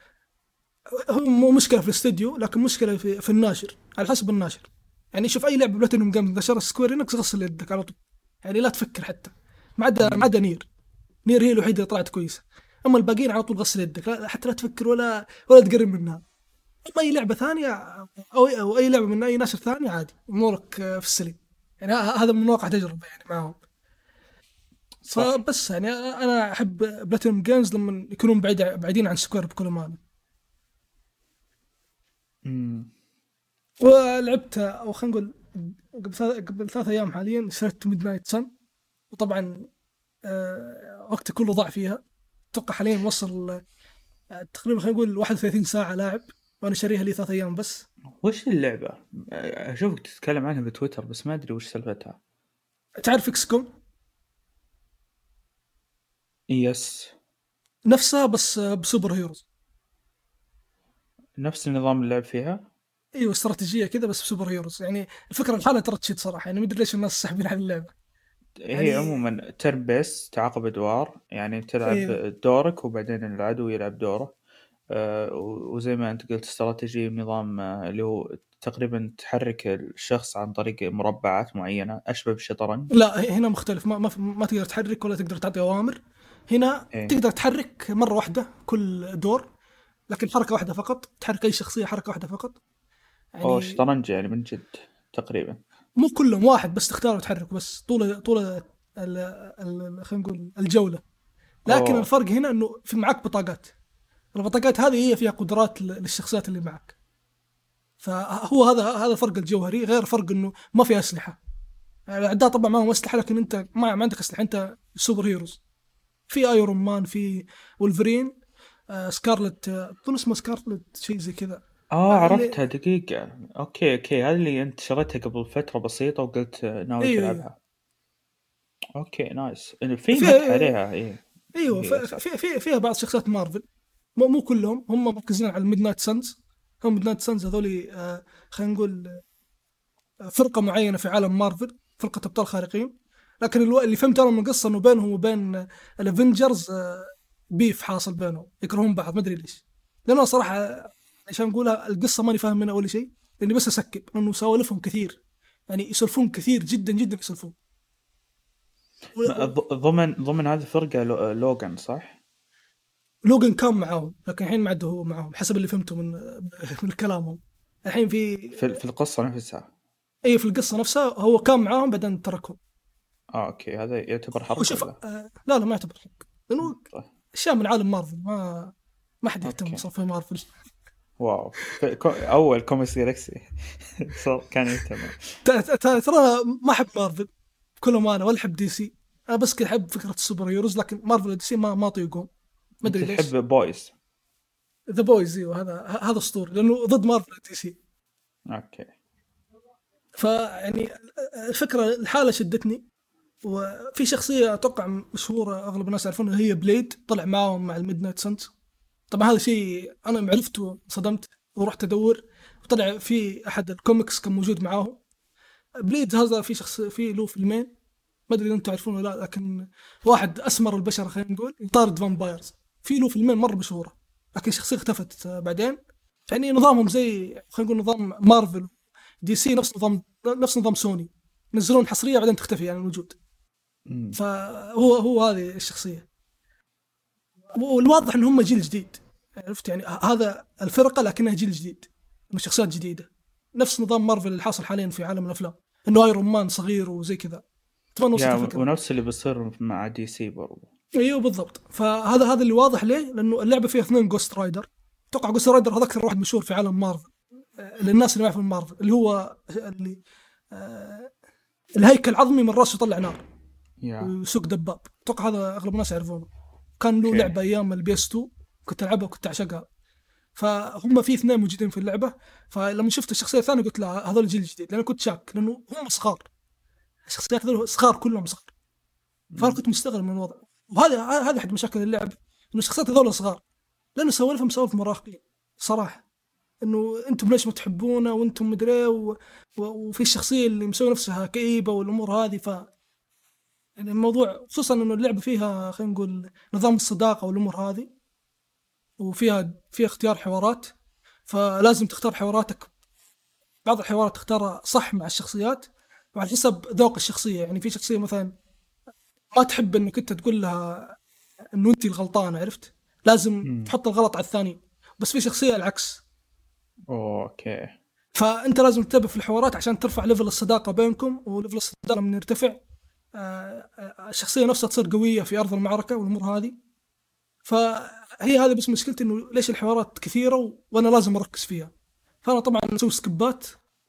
هو مو مشكله في الاستوديو، لكن مشكله في الناشر، على حسب الناشر. يعني شوف اي لعبه بلاتينيوم جيمز نشرها سكوير انكس غسل يدك على طول، يعني لا تفكر حتى، ما عدا نير هي الوحيده اللي طلعت كويسه، اما الباقيين على طول غسل يدك، حتى لا تفكر ولا تقرب منها. اما اي لعبه ثانيه او اي لعبه من اي ناشر ثاني عادي امورك في السليم، يعني هذا من واقع تجربه يعني معهم. فبس يعني انا احب بلاتينيوم جيمز لما يكونون بعيدين عن سكوير بكل امانه. ولعبت او خلينا نقول قبل 3 ايام حاليا شريت ميد نايت سن، وطبعا وقتي كله ضاع فيها. اتوقع حاليا وصل تقريبا خلينا نقول 31 ساعه لاعب، وانا شاريها لي 3 ايام بس. وش اللعبة؟ أشوفك تتكلم عنها بتويتر بس ما أدري وش سالفتها. تعرف اكس كوم؟ يس. نفسها بس بسوبر هيروز. نفس النظام اللعب فيها. ايوه استراتيجيه كذا بس بسوبر هيروز. يعني الفكره الحالة ترى تشيت صراحه، يعني ما ادري ليش الناس ساحبين على اللعبه. هي يعني عموما ترن بيس، تعاقب أدوار، يعني تلعب ايوه دورك وبعدين العدو يلعب دوره. وزي ما أنت قلت استراتيجي، نظام اللي هو تقريبا تحرك الشخص عن طريق مربعات معينة أشبه بالشطرنج. لا هنا مختلف، ما تقدر تحرك ولا تقدر تعطي اوامر. هنا إيه. تقدر تحرك مره واحده كل دور، لكن حركه واحده فقط. تحرك اي شخصيه حركه واحده فقط أو يعني. شطرنج يعني من جد تقريبا. مو كلهم واحد بس تختار وتحرك بس طول خلينا نقول الجوله. لكن أوه. الفرق هنا انه في معك بطاقات. البطاقات هذه هي فيها قدرات للشخصيات اللي معك. فهو هذا الفرق الجوهري، غير فرق انه ما في اسلحه. الاعداء طبعا ما هم اسلحه، لكن انت ما عندك اسلحه، انت سوبر هيروز. في ايرون مان، في ولفرين، سكارلت، اظن اسمه سكارلت شيء زي كذا. عرفتها اللي دقيقة. أوكي هذه اللي أنت شريتها قبل فترة بسيطة وقلت ناوي ايوه تلعبها. أوكي نايس. إنه في مدح فيها. عليها. إيه. ايوه هي صح. فيها بعض شخصيات مارفل. مو كلهم، هم مركزين على الميد نايت سانز. هم ميد نايت سانز هذول خلينا نقول فرقه معينه في عالم مارفل، فرقه ابطال خارقين. لكن اللي فهمت انا من القصه انه بينهم وبين الافنجرز بيف حاصل بينهم، يكرهون بعض ما ادري ليش. لانه صراحه عشان نقولها القصه ماني فاهم منها اول شيء، لاني بس اسكب لانه سوالفهم كثير. يعني يسولفون كثير جدا جدا يسولفون. ضمن هذه الفرقة لوغان صح؟ لوجن كان معاهم، لكن الحين ما عاد هو معاهم حسب اللي فهمته من كلامهم. الحين في القصة نفسها. اي في القصه نفسها هو كان معاهم بعدين تركهم. أوكي هذا يعتبر حرق وشوف ولا؟ لا ما يعتبر حق، لانه طيب. اشياء من عالم مارفل، ما حد يهتم أوكي صار في مارفل. واو. أول كوميكس جالكسي صار كان يهتم. ترى ما احب مارفل كلهم، انا ولا احب دي سي. انا بس كذا احب فكره السوبر هيروز، لكن مارفل ودي سي ما اطيقهم ما أنت ادري ليش. تحب بويز. ذا بويز ايوه، هذا اسطوري لانه ضد مارفل ودي سي. أوكي. فيعني الفكره الحاله شدتني. وفي شخصيه اتوقع مشهوره اغلب الناس يعرفونها، هي بليد، طلع معاهم مع الميد نايت سانز. طبعا هذا شيء انا ما عرفته صدمت ورحت ادور، وطلع في احد الكوميكس كان موجود معاهم. بليد هذا في شخص في له فيلمين، ما ادري اذا انتم تعرفونه ولا لا، لكن واحد اسمر البشره خلينا نقول يطارد فامبايرز. في له فيلمين مره مشهوره، لكن شخصيه اختفت بعدين. يعني نظامهم زي خلينا نقول نظام مارفل دي سي، نفس نظام سوني، ينزلون حصريه بعدين تختفي يعني الوجود. فهو هذه الشخصيه. والواضح ان هم جيل جديد، عرفت يعني هذا الفرقه لكنها جيل جديد، من شخصيات جديده، نفس نظام مارفل اللي حاصل حاليا في عالم الافلام، انه ايرون مان صغير وزي كذا. اتمنى وصلت الفكره. ونفس اللي بيصير مع دي سي برضو. ايوه بالضبط. فهذا اللي واضح ليه، لانه اللعبه فيها 2 جوست رايدر. اتوقع جوست رايدر هذا اكثر واحد مشهور في عالم مارفل للناس اللي ما يعرفون مارفل، اللي هو اللي الهيكل العظمي من راسه يطلع نار ويسوق دباب. اتوقع هذا اغلب الناس يعرفونه. كان له لعبه ايام البي اس 2 كنت العبها وكنت اعشقها. فهم في 2 موجودين في اللعبه. فلما شفت الشخصيه الثانيه قلت لا هذول الجيل الجديد، لان كنت شاك لانه هم صغار، الشخصيات هذول صغار كلهم صغار. فانا كنت مستغرب من الوضع. وهذا احد مشاكل اللعب، انه الشخصيات هذول صغار، لانه سوالفهم سوالف مراهقين صراحه. انه انتم ليش ما تحبونه وانتم مدري وفي الشخصيه اللي مسوي نفسها كئيبه والامور هذه. يعني الموضوع خصوصا انه اللعبه فيها خلينا نقول نظام الصداقه والامور هذه، وفيها اختيار حوارات، فلازم تختار حواراتك. بعض الحوارات تختارها صح مع الشخصيات وعلى حسب ذوق الشخصيه. يعني في شخصيه مثلا ما تحب انك انت تقول لها انه انت الغلطانه، عرفت، لازم تحط الغلط على الثاني. بس في شخصيه العكس. اوكي. فانت لازم تتابع في الحوارات عشان ترفع ليفل الصداقه بينكم، وليفل الصداقه من يرتفع الشخصيه نفسها تصير قويه في ارض المعركه والامور هذه. فهي بس مشكلتي انه ليش الحوارات كثيره وانا لازم اركز فيها. فانا طبعا اسوي سكبات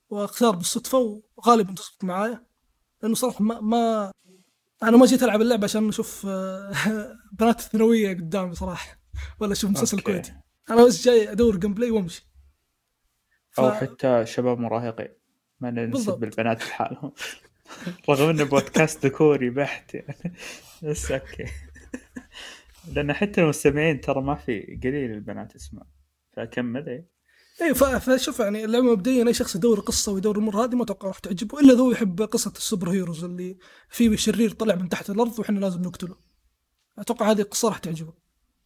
واختار بالصدفه وغالبا تزبط معايا، لانه صراحه ما انا ما جيت العب اللعبه عشان اشوف بنات الثانويه قدامي صراحه، ولا اشوف مسلسل أوكي. كويتي. انا بس جاي ادور جيم بلاي وامشي. أو حتى شباب مراهقين، ما ننسب بالضبط. البنات لحالهم رغم إنه بودكاست ذكوري بحت يعني. بس أوكي. لأن حتى المستمعين ترى ما في قليل البنات اسمع، فأكمل إيه. اي فشوف يعني اللعبه مبدئيا اي شخص يدور قصه ويدور الامور هذه ما اتوقع راح تعجبه الا ذو يحب قصه السوبر هيروز اللي فيه شرير طلع من تحت الارض وحنا لازم نقتله. اتوقع هذه القصه راح تعجبه.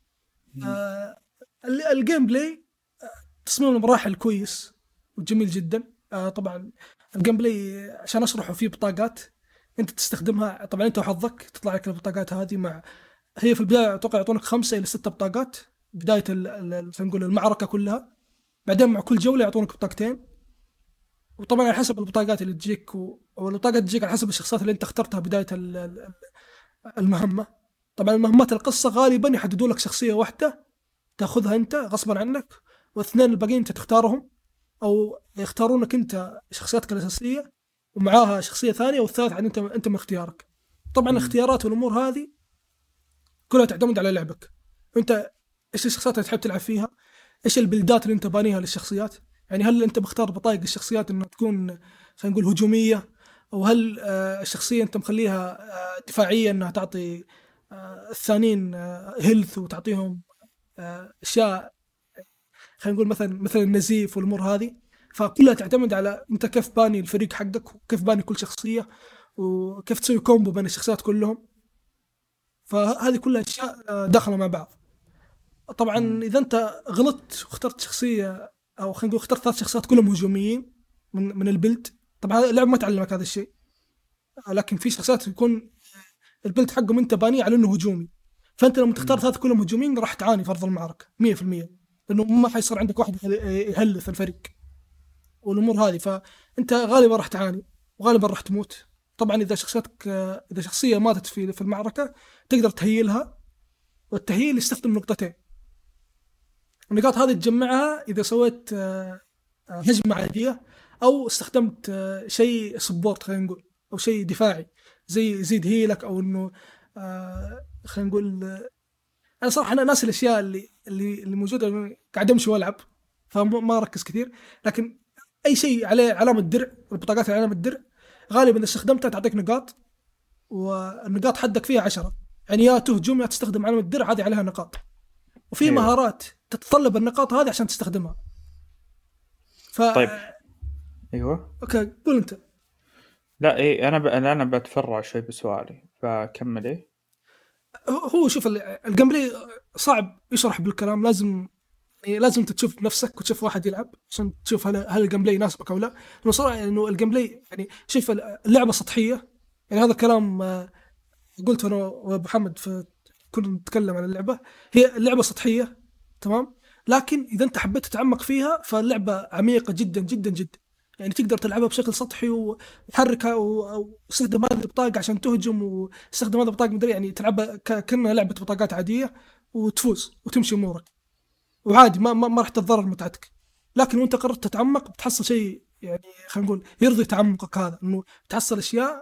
الجيم بلاي تصميم المراحل كويس وجميل جدا. طبعا الجيم بلاي عشان اشرحه فيه بطاقات انت تستخدمها، طبعا انت وحظك تطلع لك البطاقات هذه مع، هي في البدايه اتوقع يعطونك 5 إلى 6 بطاقات بدايه خلينا نقول المعركه كلها، بعدين مع كل جوله يعطونك بطاقتين، وطبعا على حسب البطاقات اللي تجيك والبطاقات تجيك على حسب الشخصيات اللي انت اخترتها بدايه المهمه. طبعا المهمات القصه غالبا يحددوا لك شخصيه واحده تاخذها انت غصبا عنك، واثنين الباقيين انت تختارهم، او يختارونك انت شخصيتك الاساسيه ومعاها شخصيه ثانيه، والثالث عن انت من اختيارك. طبعا الاختيارات والامور هذه كلها تعتمد على لعبك انت، ايش الشخصيات اللي تحب تلعب فيها، ايش البلدات اللي انت بانيها للشخصيات. يعني هل انت مختار بطايق الشخصيات انها تكون خلينا نقول هجوميه، او هل الشخصيه انت مخليها دفاعيه انها تعطي الثانيين هيلث وتعطيهم اشياء خلينا نقول مثل النزيف والامور هذه. فكلها تعتمد على انت كيف باني الفريق حقك وكيف باني كل شخصيه وكيف تسوي كومبو بين الشخصيات كلهم. فهذه كلها اشياء داخله مع بعض. طبعا اذا انت غلطت واخترت شخصيه او خلينا نقول اخترت 3 شخصيات كلهم هجوميين من البلد، طبعا اللعبه ما تعلمك هذا الشيء، لكن في شخصيات يكون البلد حقهم انت بانيه على انه هجومي، فانت لما تختار 3 كلهم هجوميين راح تعاني في ارض المعركه 100%، لانه ما حيصير عندك واحد يهلث الفريق والامور هذه، فانت غالبا راح تعاني وغالبا راح تموت. طبعا اذا اذا شخصيه ماتت في المعركه تقدر تهيلها، والتهييل يستخدم نقطتين، النقاط هذه تجمعها إذا سويت هجمة عادية أو استخدمت شيء سبورت خلينا نقول، أو شيء دفاعي زي يزيد هيلك، أو إنه خلينا نقول أنا صراحة أنا ناس الأشياء اللي موجودة قاعد أمشي وألعب فما أركز كثير، لكن أي شيء عليه علامة درع، البطاقات اللي علامة درع غالبا إذا استخدمتها تعطيك نقاط، والنقاط حدك فيها 10، يعني يا تهجم يا تستخدم علامة درع هذه عليها نقاط، وفي أيوة. مهارات تتطلب النقاط هذه عشان تستخدمها. طيب ايوه اوكي قول انت. لا ايه انا بتفرع شوي بسؤالي، فكمل. ايه هو شوف الجيم بلاي صعب يشرح بالكلام، لازم انت تشوف بنفسك وتشوف واحد يلعب عشان تشوف هل الجيم بلاي يناسبك او لا. لانه صراحه انه الجيم بلاي يعني شوف اللعبه سطحيه، يعني هذا الكلام قلت انا وابو محمد كنا نتكلم عن اللعبه، هي اللعبه سطحيه تمام، لكن اذا انت حبيت تتعمق فيها فاللعبه عميقه جدا جدا جدا، يعني تقدر تلعبها بشكل سطحي وتحركها وتستخدم هذه البطاقه عشان تهجم، وتستخدم هذا البطاقه مدري يعني تلعبها كأنها لعبه بطاقات عاديه وتفوز وتمشي امورك وعادي ما راح تتضرر متعتك. لكن وانت قررت تتعمق بتحصل شيء يعني خلينا نقول يرضي تعمقك هذا، انه تحصل اشياء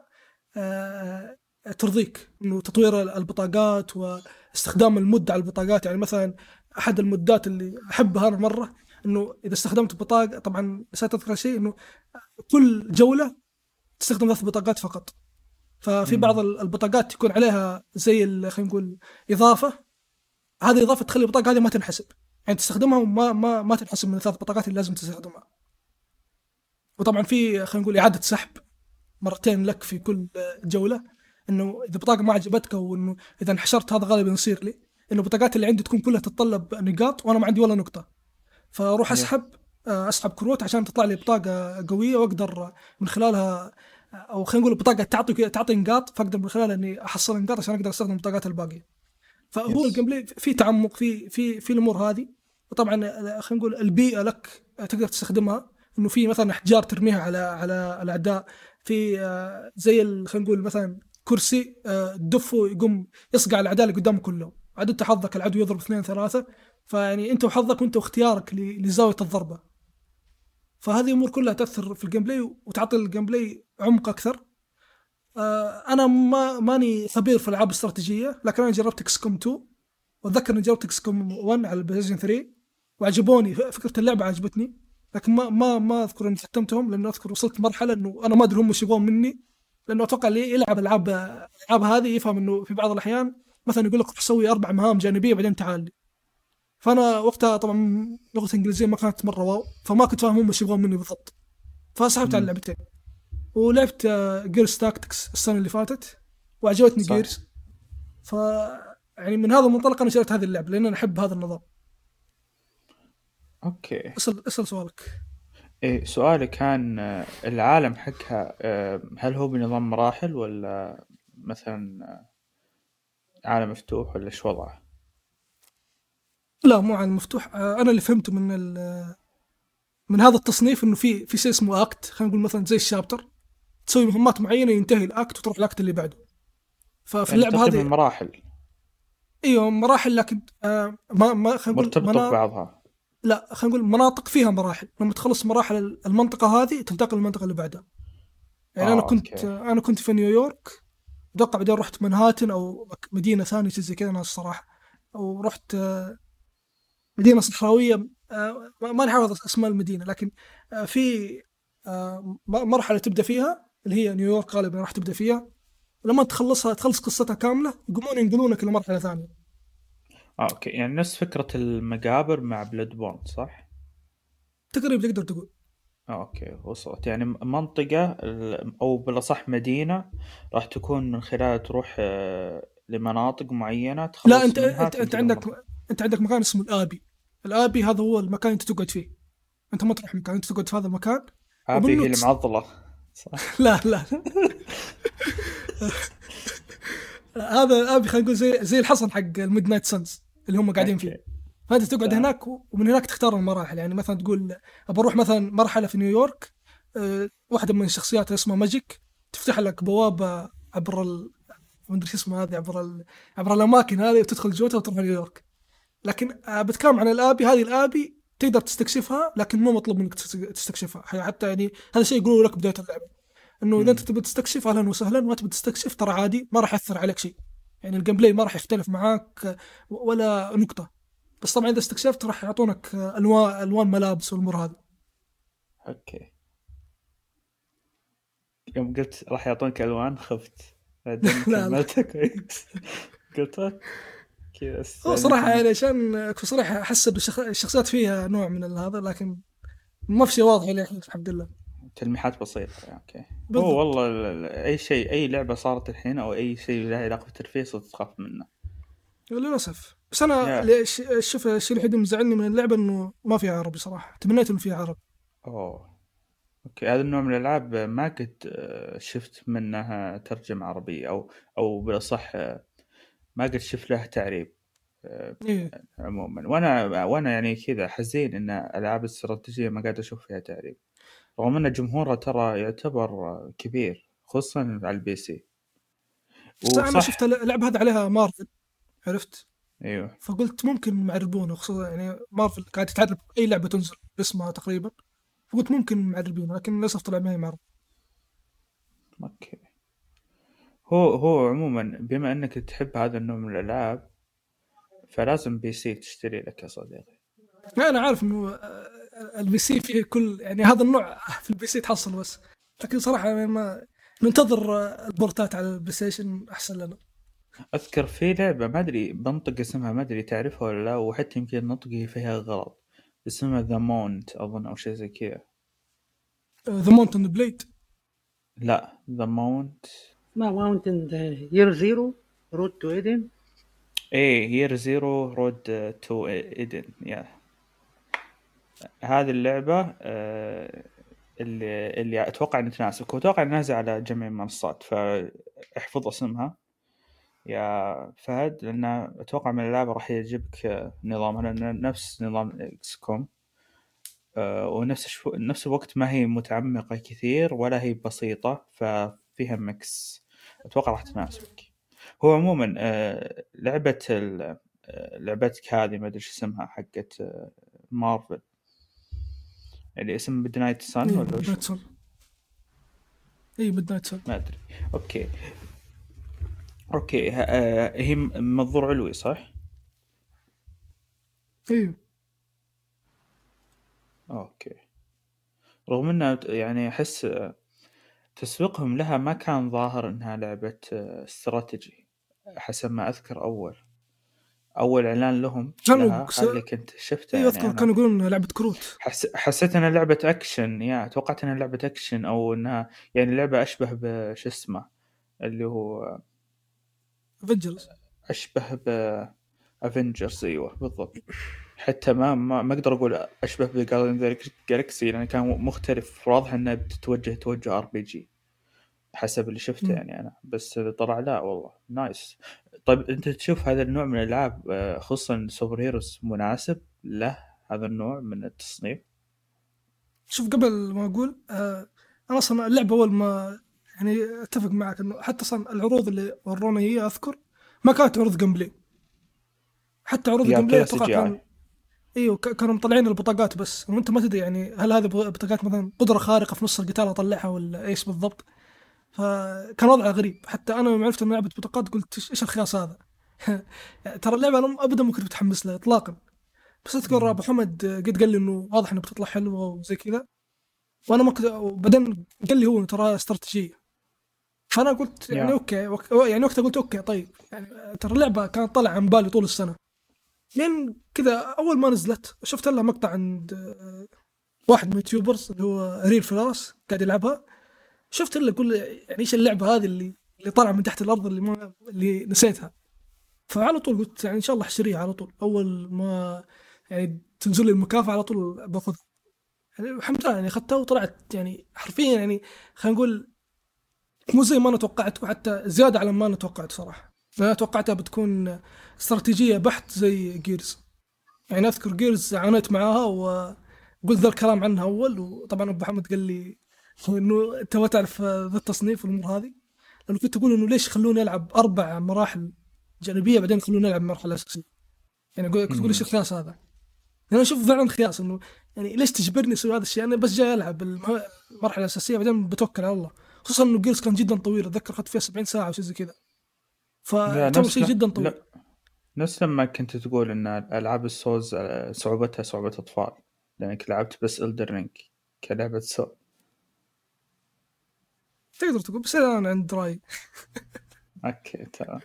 ترضيك، انه تطوير البطاقات واستخدام المد على البطاقات. يعني مثلا احد المدات اللي احبها انا مره انه اذا استخدمت بطاقه، طبعا نسيت اذكر شيء، انه كل جوله تستخدم 3 بطاقات فقط، ففي بعض البطاقات يكون عليها زي خلينا نقول اضافه، هذه الاضافه تخلي البطاقه هذه ما تنحسب، يعني تستخدمها وما تنحسب من 3 بطاقات اللي لازم تستخدمها. وطبعا في خلينا نقول اعاده سحب مرتين لك في كل جوله، انه اذا بطاقه ما عجبتك وانه اذا انحشرت هذا غالبا يصير لي، انه البطاقات اللي عندي تكون كلها تتطلب نقاط وانا ما عندي ولا نقطه، فاروح اسحب كروت عشان تطلع لي بطاقه قويه واقدر من خلالها، او خلينا نقول البطاقه تعطي نقاط، فاقدر من خلالها اني احصل نقاط عشان اقدر استخدم البطاقات الباقيه. فهو الجيم بلاي في تعمق في الامور هذه. وطبعا خلينا نقول البيئه لك تقدر تستخدمها، انه في مثلا احجار ترميها على الاعداء، في زي خلينا نقول مثلا كرسي تدفه يقوم يصقع الاعداء اللي قدامه كلهم، عاد انت حظك العدو يضرب 2 3، فيعني انت وحظك وانت واختيارك لزاويه الضربه. فهذه امور كلها تاثر في الجيم بلاي وتعطي الجيم بلاي عمق اكثر. انا ماني خبير في العاب الاستراتيجيه، لكن انا جربت اكس كوم 2، واتذكر اني جربت اكس كوم 1 على البلاي ستيشن 3 وعجبوني، فكره اللعبه عجبتني، لكن ما اذكر اني ختمتهم، لانه اذكر وصلت مرحله انه انا ما ادري هم ايش يبغون مني، لانه اتوقع اللي يلعب العاب هذه يفهم انه في بعض الاحيان مثلا يقول لك روح سوي 4 مهام جانبيه بعدين تعال لي. فانا وقتها طبعا لغه الانجليزيه ما كانت مره واو، فما كنت فاهم هم ايش يبغون مني بالضبط، فسحبت على اللعبتين. ولعبت جيرز تاكتكس السنه اللي فاتت وعجبتني صح. جيرز، ف يعني من هذا المنطلق انا شريت هذه اللعبه لان انا احب هذا النظام. اوكي. اسال سؤالك. إيه سؤالي كان العالم حقها هل هو بنظام مراحل ولا مثلا عالم مفتوح ولا ايش وضعه؟ لا مو عن مفتوح. انا اللي فهمته من هذا التصنيف انه في شيء اسمه اكت، خلينا نقول مثلا زي الشابتر، تسوي مهمات معينه ينتهي الاكت وتروح الاكت اللي بعده. ففي يعني اللعبه تقريبا هذه مراحل ايوه مراحل، لكن ما خلينا نقول مرتبطة ببعضها. لا خلينا نقول مناطق فيها مراحل، لما تخلص مراحل المنطقه هذه تنتقل للمنطقه اللي بعدها. يعني اوكي. انا كنت في نيويورك، اتوقع بعدين رحت منهاتن او مدينه ثانيه شيء زي كذا انا الصراحه، او رحت مدينه صحراويه، ما حافظ اسماء المدينه، لكن في مرحله تبدا فيها اللي هي نيويورك غالبا راح تبدا فيها، لما تخلص قصتها كامله يقومون ينقلونك لمرحله ثانيه. اوكي يعني نفس فكرة المقابر مع بلاد بورن صح؟ تقريبا تقدر تقول. اوكي وصلت. يعني منطقة او بالاصح مدينة راح تكون من خلالها تروح لمناطق معينة لا تخلص منها تنتقل لمرحلة. انت عندك مكان اسمه الابي هذا هو المكان انت تقعد فيه، انت ما تروح مكان، انت تقعد في هذا المكان. ابي هي المعضلة صح؟ لا هذا الابي خلينا نقول زي الحصن حق الميد نايت سانز اللي هم قاعدين فيه. اوكي. فانت تقعد هناك ومن هناك تختار المراحل، يعني مثلا تقول ابى اروح مثلا مرحله في نيويورك، واحده من الشخصيات اسمها ماجيك تفتح لك بوابه عبر ما ادري اسمها هذه، عبر الاماكن هذه وتدخل جوتها وتروح نيويورك. لكن بتكلم عن هذه الابي تقدر تستكشفها، لكن مو مطلوب منك تستكشفها حتى، يعني هذا شيء يقولوا لك بدايه اللعبه، انه اذا انت تبي تستكشف اهلا وسهلا، ما تبي تستكشف ترى عادي ما راح ياثر عليك شيء، يعني الجيم بلاي ما راح يختلف معاك ولا نقطه. بس طبعا اذا استكشفت راح يعطونك الوان ملابس والامور هذه. اوكي. يوم قلت راح يعطونك الوان خفت بعدين لا كملتها كويس. قلت كذا هو صراحه يعني عشان اكون صريح احس ان الشخصيات فيها نوع من هذا، لكن ما في شيء واضح لي الحمد لله. تلميحات بسيطة يعني. اوكي. بالضبط. هو والله اي شيء اي لعبة صارت الحين او اي شيء له علاقة بالترفيه صرت تخاف منه للاسف. بس انا شوف الشيء الوحيد اللي مزعلني من اللعبه انه ما فيها عربي صراحه، تمنيت انه فيها عربي. اوه اوكي. هذا النوع من الالعاب ما قد شفت منها ترجمة عربية او بالاصح ما قد شفت له تعريب ايه عموما. وانا يعني كذا حزين ان العاب الاستراتيجية ما قاعد اشوف فيها تعريب، رغم ان جمهورها ترى يعتبر كبير خصوصا على البي سي. بس انا شفت اللعبه هذه عليها مارفل، عرفت؟ ايوه. فقلت ممكن معربونه، خصوصا يعني مارفل قاعد تتعرب اي لعبه تنزل باسمها تقريبا، فقلت ممكن معربينه، لكن للاسف طلع ما هي معرب. اوكي. هو عموما بما انك تحب هذا النوع من الالعاب فلازم بي سي تشتري لك يا صديقي. انا عارف انه البي سي فيه كل يعني هذا النوع في البي سي تحصل، بس لكن صراحه يعني ما ننتظر البورتات على البلاي ستيشن احسن لنا. اذكر في لعبة ما ادري منطقة اسمها ما ادري تعرفها ولا لا، وحتى يمكن نطقي فيها غلط، اسمها ذا مونت اظن او شيء زي كذا. ذا ماونتن بليد. لا ذا مونت ما ماونتن يير زيرو رود تو ايدن. ايه هير زيرو رود تو ايدن يا هذه اللعبة اللي اتوقع ان تناسبك واتوقع انها نازله على جميع المنصات، فاحفظ اسمها يا فهد لان اتوقع من اللعبة راح يعجبك نظامها لأنه نفس نظام اكس كوم نفس الوقت ما هي متعمقة كثير ولا هي بسيطة، ففيها ميكس اتوقع راح تناسبك. هو عموما لعبتك هذه ما ادري ايش اسمها حقت مارفل اللي اسم ميد نايت سان ولا وش؟ ميد سون. اي ميد نايت سون. ما ادري. اوكي هي منظور علوي صح؟ ايوه اوكي. رغم انه يعني احس تسويقهم لها ما كان ظاهر انها لعبة استراتيجي حسب ما اذكر. اول اعلان لهم لها هذا اللي كنت شفته ايوه يعني اذكر انا كانوا يقولون لعبه كروت. حسيت انها لعبة اكشن. يعني توقعت انها لعبة اكشن او انها يعني لعبة اشبه بش اسمه اللي هو افنجرز. اشبه بافنجرز. ايوه بالضبط. حتى ما اقدر اقول اشبه بجاردن جالكسي لانه كان مختلف. واضح انه بتتوجه توجه ار بي جي حسب اللي شفته يعني انا. بس طلع لا والله نايس. طيب انت تشوف هذا النوع من الالعاب خصوصا سوبر هيروز مناسب له هذا النوع من التصنيف؟ شوف قبل ما اقول انا اصلا اللعبه اول ما يعني اتفق معك انه حتى اصلا العروض اللي ورونا هي اذكر ما كانت عروض جيم بلاي. حتى عروض يا الجيم بلاي كذا سي اتوقع جي كان اي. ايوه كانوا مطلعين البطاقات بس، وانت ما تدري يعني هل هذه بطاقات مثلا قدره خارقه في نص القتال اطلعها ولا ايش بالضبط. فكان وضعه غريب. حتى انا يوم عرفت ان لعبه بطاقات قلت ايش الخياس هذا. يعني ترى اللعبه انا ابدا ما كنت متحمس لها اطلاقا. بس اذكر ابو حمد قد قال لي انه واضح انها بتطلع حلوه وزي كذا، وانا ما كنت. وبعدين قال لي هو ترى استراتيجيه. فانا قلت يعني يا اوكي يعني وقتها قلت اوكي طيب يعني ترى اللعبه كانت طالعه عن بالي طول السنه. لين كذا اول ما نزلت شفت لها مقطع عند واحد من اليوتيوبرز اللي هو ريل فلاس قاعد يلعبها. شفت اللي يقول يعني ايش اللعبه هذه اللي طالعه من تحت الارض اللي نسيتها. فعلى طول قلت يعني ان شاء الله حشريها على طول اول ما يعني تنزل لي المكافاه على طول باخذها. يعني الحمد لله يعني اخذتها وطلعت يعني حرفيا يعني خلينا نقول مو زي ما انا توقعت، وحتى زياده على ما انا توقعت صراحه. انا توقعتها بتكون استراتيجية بحت زي جيرز. يعني اذكر جيرز عانيت معاها وقلت ذا الكلام عنها اول، وطبعا ابو محمد قال لي انه انت ما تعرف ذا التصنيف والامور هذه. لانه كنت اقول انه ليش يخلوني العب 4 مراحل جانبيه بعدين يخلوني العب مرحله اساسيه. يعني كنت اقول ايش الخياس هذا. يعني انا اشوف فعلا خياس انه يعني ليش تجبرني اسوي هذا الشيء. انا بس جاي العب المرحله الاساسيه بعدين بتوكل على الله. خصوصا انه جيرز كان جدا طويل، اتذكر اخذت فيها 70 ساعه او شيء زي كذا. يا فتعتبر نفس شيء جدا طويل. لا نفس لما كنت تقول ان العاب السولز صعوبتها صعوبة اطفال لانك لعبت بس إلدر رينج كلعبة سول. تقدر تقول بس انا عند راي. اوكي تمام.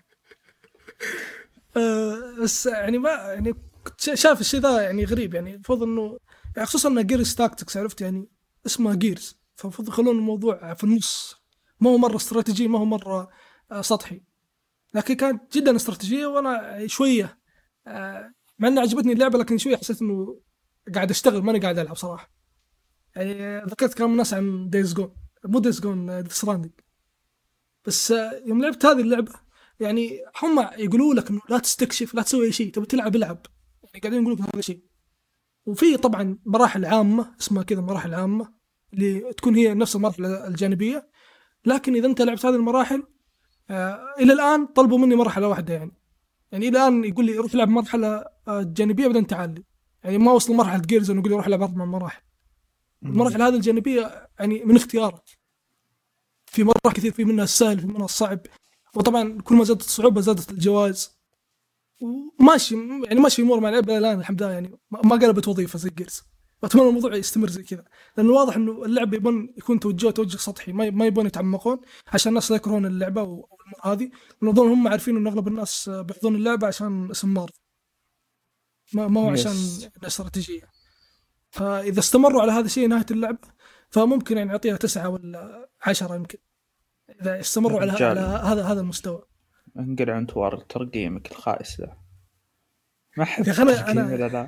بس يعني ما يعني كنت شايف الشيء ذا يعني غريب. يعني المفروض انه يعني خصوصا انه جيرز تاكتكس عرفت يعني اسمها جيرز، فالمفروض يخلون الموضوع في النص. ما هو مره استراتيجي ما هو مره سطحي. لكن كانت جدا استراتيجيه وانا شويه مع انها عجبتني اللعبه لكن شويه حسيت انه قاعد اشتغل ماني قاعد العب صراحه. يعني ذكرت كلام الناس عن دايز جون، مو دايز جون ديث. بس يوم لعبت هذه اللعبة يعني هم يقولوا لك انه لا تستكشف لا تسوي اي شيء تبي تلعب العب. يعني قاعدين يقولوا لك هذا الشيء. وفي طبعا مراحل عامة اسمها كذا مراحل عامة اللي تكون هي نفس المرحلة الجانبية. لكن اذا انت لعبت هذه المراحل الى الان طلبوا مني مرحلة واحدة. يعني الى الان يقول لي روح العب مرحلة جانبية بعدين تعال لي. يعني ما وصل مرحلة جيرز انه يقول لي روح العب 4 مراحل. المراحل هذه الجانبية يعني من اختيارك. في مرة كثير في منها السهل في منها الصعب. وطبعا كل ما زادت الصعوبة زادت الجوائز. وماشي يعني ماشي امور مع اللعبة الان الحمد لله. يعني ما قلبت وظيفة زي جيرز. واتمنى الموضوع يستمر زي كذا لانه واضح انه اللعبة يبون يكون توجه سطحي ما يبون يتعمقون عشان الناس لا يكرهون اللعبة والامور هذه. ونظن هم عارفين ان اغلب الناس بيحضرون اللعبة عشان اسم مارفل ما هو عشان استراتيجية. فاذا استمروا على هذا الشيء نهاية اللعبة فممكن يعني اعطيها 9 ولا 10 يمكن إذا استمروا على هذا المستوى. انقل عن توار ترقيمك الخائس ذا ما أحب يا أخي لا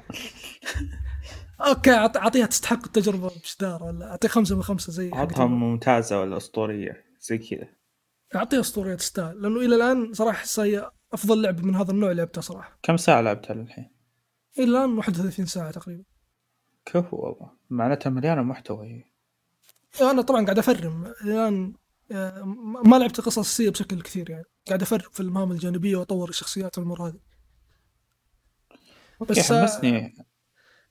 أوكي أعطيها تستحق التجربة بشدار ولا أعطيها 5 من 5 زي أعطها ممتازة ولا أسطورية زي كذا. أعطيها أسطورية تستاهل لأنه إلى الآن صراحة هي أفضل لعبة من هذا النوع لعبتها صراحة. كم ساعة لعبتها للحين؟ إلى الآن 31 ساعة تقريبا. كفو والله معناتها مليانة محتوى هي. أنا طبعا قاعد أفرم الآن ما لعبت قصص أساسية بشكل كثير. يعني قاعد أفرم في المهام الجانبية وأطور الشخصيات والأمور هذه. بس حمسني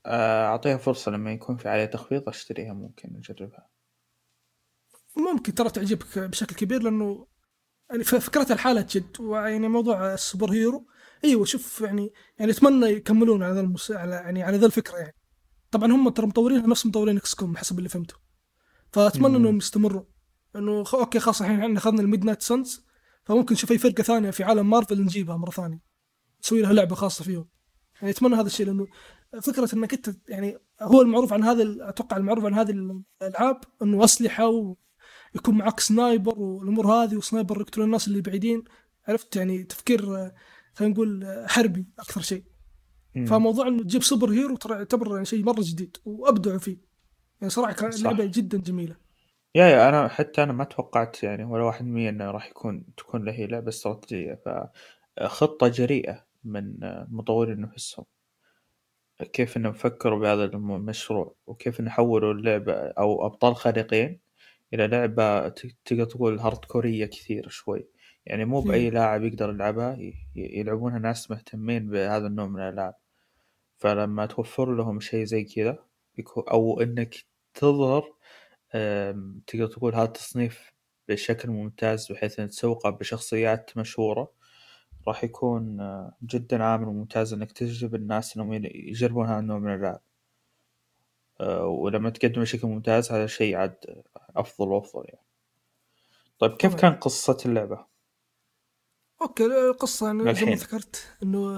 اعطيها فرصة لما يكون في عليها تخفيض اشتريها، ممكن نجربها. ممكن ترى تعجبك بشكل كبير، لانه يعني فكرتها الحالة جد، ويعني موضوع السوبر هيرو. ايوه شوف يعني اتمنى يكملون على على ذا الفكرة يعني. طبعا هم ترى مطورين نفس مطورين اكس كوم حسب اللي فهمته، فاتمنى انهم يستمروا. انه اوكي خلاص الحين احنا اخذنا الميد نايت سانز، فممكن نشوف اي فرقة ثانية في عالم مارفل نجيبها مرة ثانية، نسوي لها لعبة خاصة فيهم. يعني اتمنى هذا الشيء، لانه فكرة انك انت يعني هو المعروف عن هذا اتوقع المعروف عن هذه الالعاب انه اسلحة، ويكون معك سنايبر والامور هذه، وسنايبر يقتل الناس اللي بعيدين. عرفت يعني تفكير خلينا نقول حربي اكثر شيء. فموضوع انه تجيب سوبر هيرو ترى يعتبر يعني شيء مرة جديد وابدعوا فيه. يعني صراحة كانت صح. لعبة جدا جميلة. يا انا حتى انا ما توقعت يعني ولا 1% انه راح تكون له لعبة استراتيجية، فخطة جريئة من مطورين نفسهم. كيف انهم فكروا بهذا المشروع، وكيف انه حولوا اللعبة او ابطال خارقين الى لعبة تقدر تقول هارد كورية كثير شوي. يعني مو باي إيه. لاعب يقدر يلعبها، يلعبونها ناس مهتمين بهذا النوع من الالعاب. فلما توفر لهم شيء زي كذا، او انك تظهر تقدر تقول هذا التصنيف بشكل ممتاز بحيث أن تسوقه بشخصيات مشهورة، راح يكون جدا عامل ممتاز انك تجذب الناس انهم يجربون هذا النوع من الالعاب. ولما تقدم بشكل ممتاز هذا شيء عاد افضل وافضل يعني. طيب كيف طبعا. كان قصة اللعبة اوكي القصة يعني زي ما للحين؟ ذكرت انه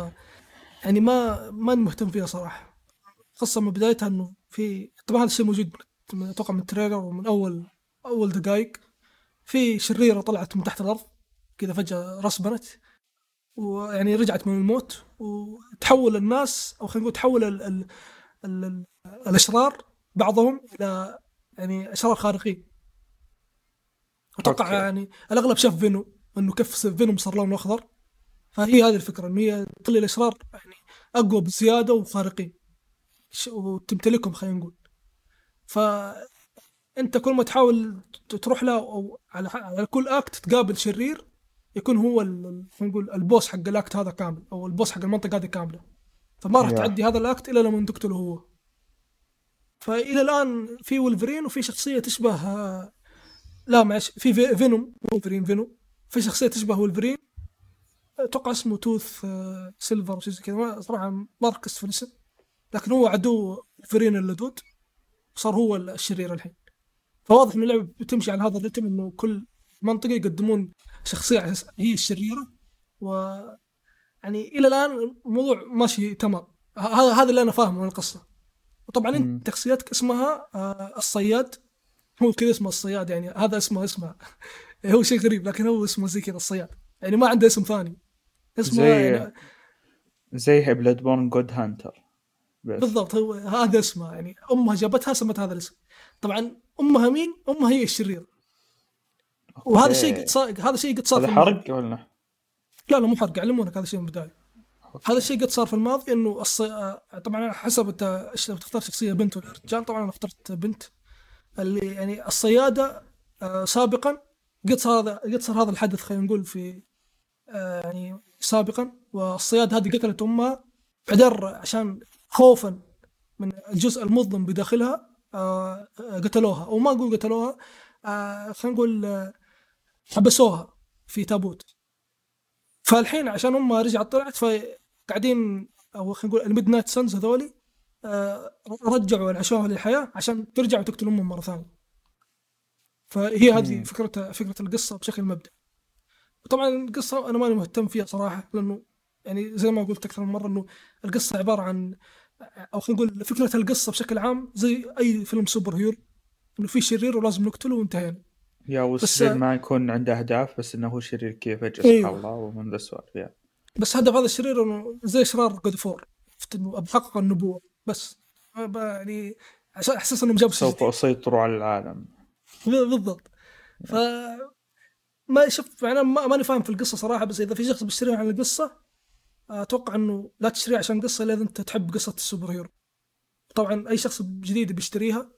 ما مهتم فيها صراحة. قصة من بدايتها انه في طبعا هذا الشيء موجود اتوقع من التريلر ومن اول دقائق. في شريرة طلعت من تحت الارض كذا فجأة رسبنت، ويعني رجعت من الموت وتحول الناس، او خلينا نقول تحول ال الاشرار بعضهم الى يعني اشرار خارقين. اتوقع اوكي. يعني الاغلب شاف فينوم، انه كيف فينوم صار لونه اخضر. فهي هذه الفكرة، انه هي تخلي الاشرار يعني اقوى بزيادة وخارقين وتمتلكهم خلينا نقول. فانت كل ما تحاول تروح له، او على كل اكت تقابل شرير يكون هو خلينا نقول البوس حق الاكت هذا كامل، او البوس حق المنطقة هذه كاملة. فما راح يا تعدي هذا الاكت الا لما تقتله هو. فالى الان في ولفرين وفي شخصية تشبه لا معلش في فينوم، فينوم في شخصية تشبه ولفرين، اتوقع اسمه توث سيلفر شيء زي كذا، صراحة ما ركزت في الاسم. لكن هو عدو ولفرين اللدود، صار هو الشرير الحين. فواضح ان اللعبة بتمشي على هذا الرتم، انه كل منطقة يقدمون شخصية هي الشريرة. و يعني الى الان الموضوع ماشي تمام. هذا اللي انا فاهمه من القصة. وطبعا انت شخصيتك اسمها الصياد. هو كذا اسمه الصياد، يعني هذا اسمه هو شيء غريب، لكن هو اسمه زي كذا الصياد، يعني ما عنده اسم ثاني. اسمه زي يعني بلاد بورن جود هانتر بس. بالضبط هو هذا اسمه، يعني امها جابتها سمت هذا الاسم. طبعا امها مين؟ امها هي الشرير. وهذا الشيء اوكي. هذا الشيء قد صار هذا في الماضي. حرق ولا؟ لا مو حرق، يعلمونك هذا الشيء من البدايه. هذا اوكي. الشيء قد صار في الماضي، انه طبعا حسب انت ايش بتختار، شخصيه بنت ولا رجال. طبعا انا اخترت بنت. اللي يعني الصياده سابقا قد صار هذا الحدث خلينا نقول في يعني سابقا. والصياد هذه قتلت امها، بعدين عشان خوفا من الجزء المظلم بداخلها قتلوها، او ما اقول قتلوها، خلينا نقول حبسوها في تابوت. فالحين عشان امها رجعت طلعت، فقاعدين او خلينا نقول الميد نايت سانز هذولي رجعوا العشوها للحياه عشان ترجع وتقتل امهم مره ثانيه. فهي هذه فكره القصه بشكل مبدئي. طبعا القصة أنا ماني مهتم فيها صراحة، لأنه يعني زي ما قلت أكثر من مرة إنه القصة عبارة عن، أو خلينا نقول فكرة القصة بشكل عام زي أي فيلم سوبر هيرو، إنه في شرير ولازم نقتله وانتهينا. يا بس والشرير ما يكون عنده أهداف، بس إنه هو شرير كيف فجأة سبحان أيوه، الله ومن ذا السوالف يعني. بس هدف هذا الشرير إنه زي إشرار جود فور، عرفت إنه بحقق النبوة بس. يعني عشان أحسس إنهم جابوا شيء سوف جديد. أسيطر على العالم. بالضبط. ف ما شوف أنا ماني فاهم في القصة صراحة، بس إذا في شخص بيشتري عن القصة أتوقع إنه لا تشتري عشان قصة إلا إذا أنت تحب قصة السوبر هيرو. طبعا اي شخص جديد بيشتريها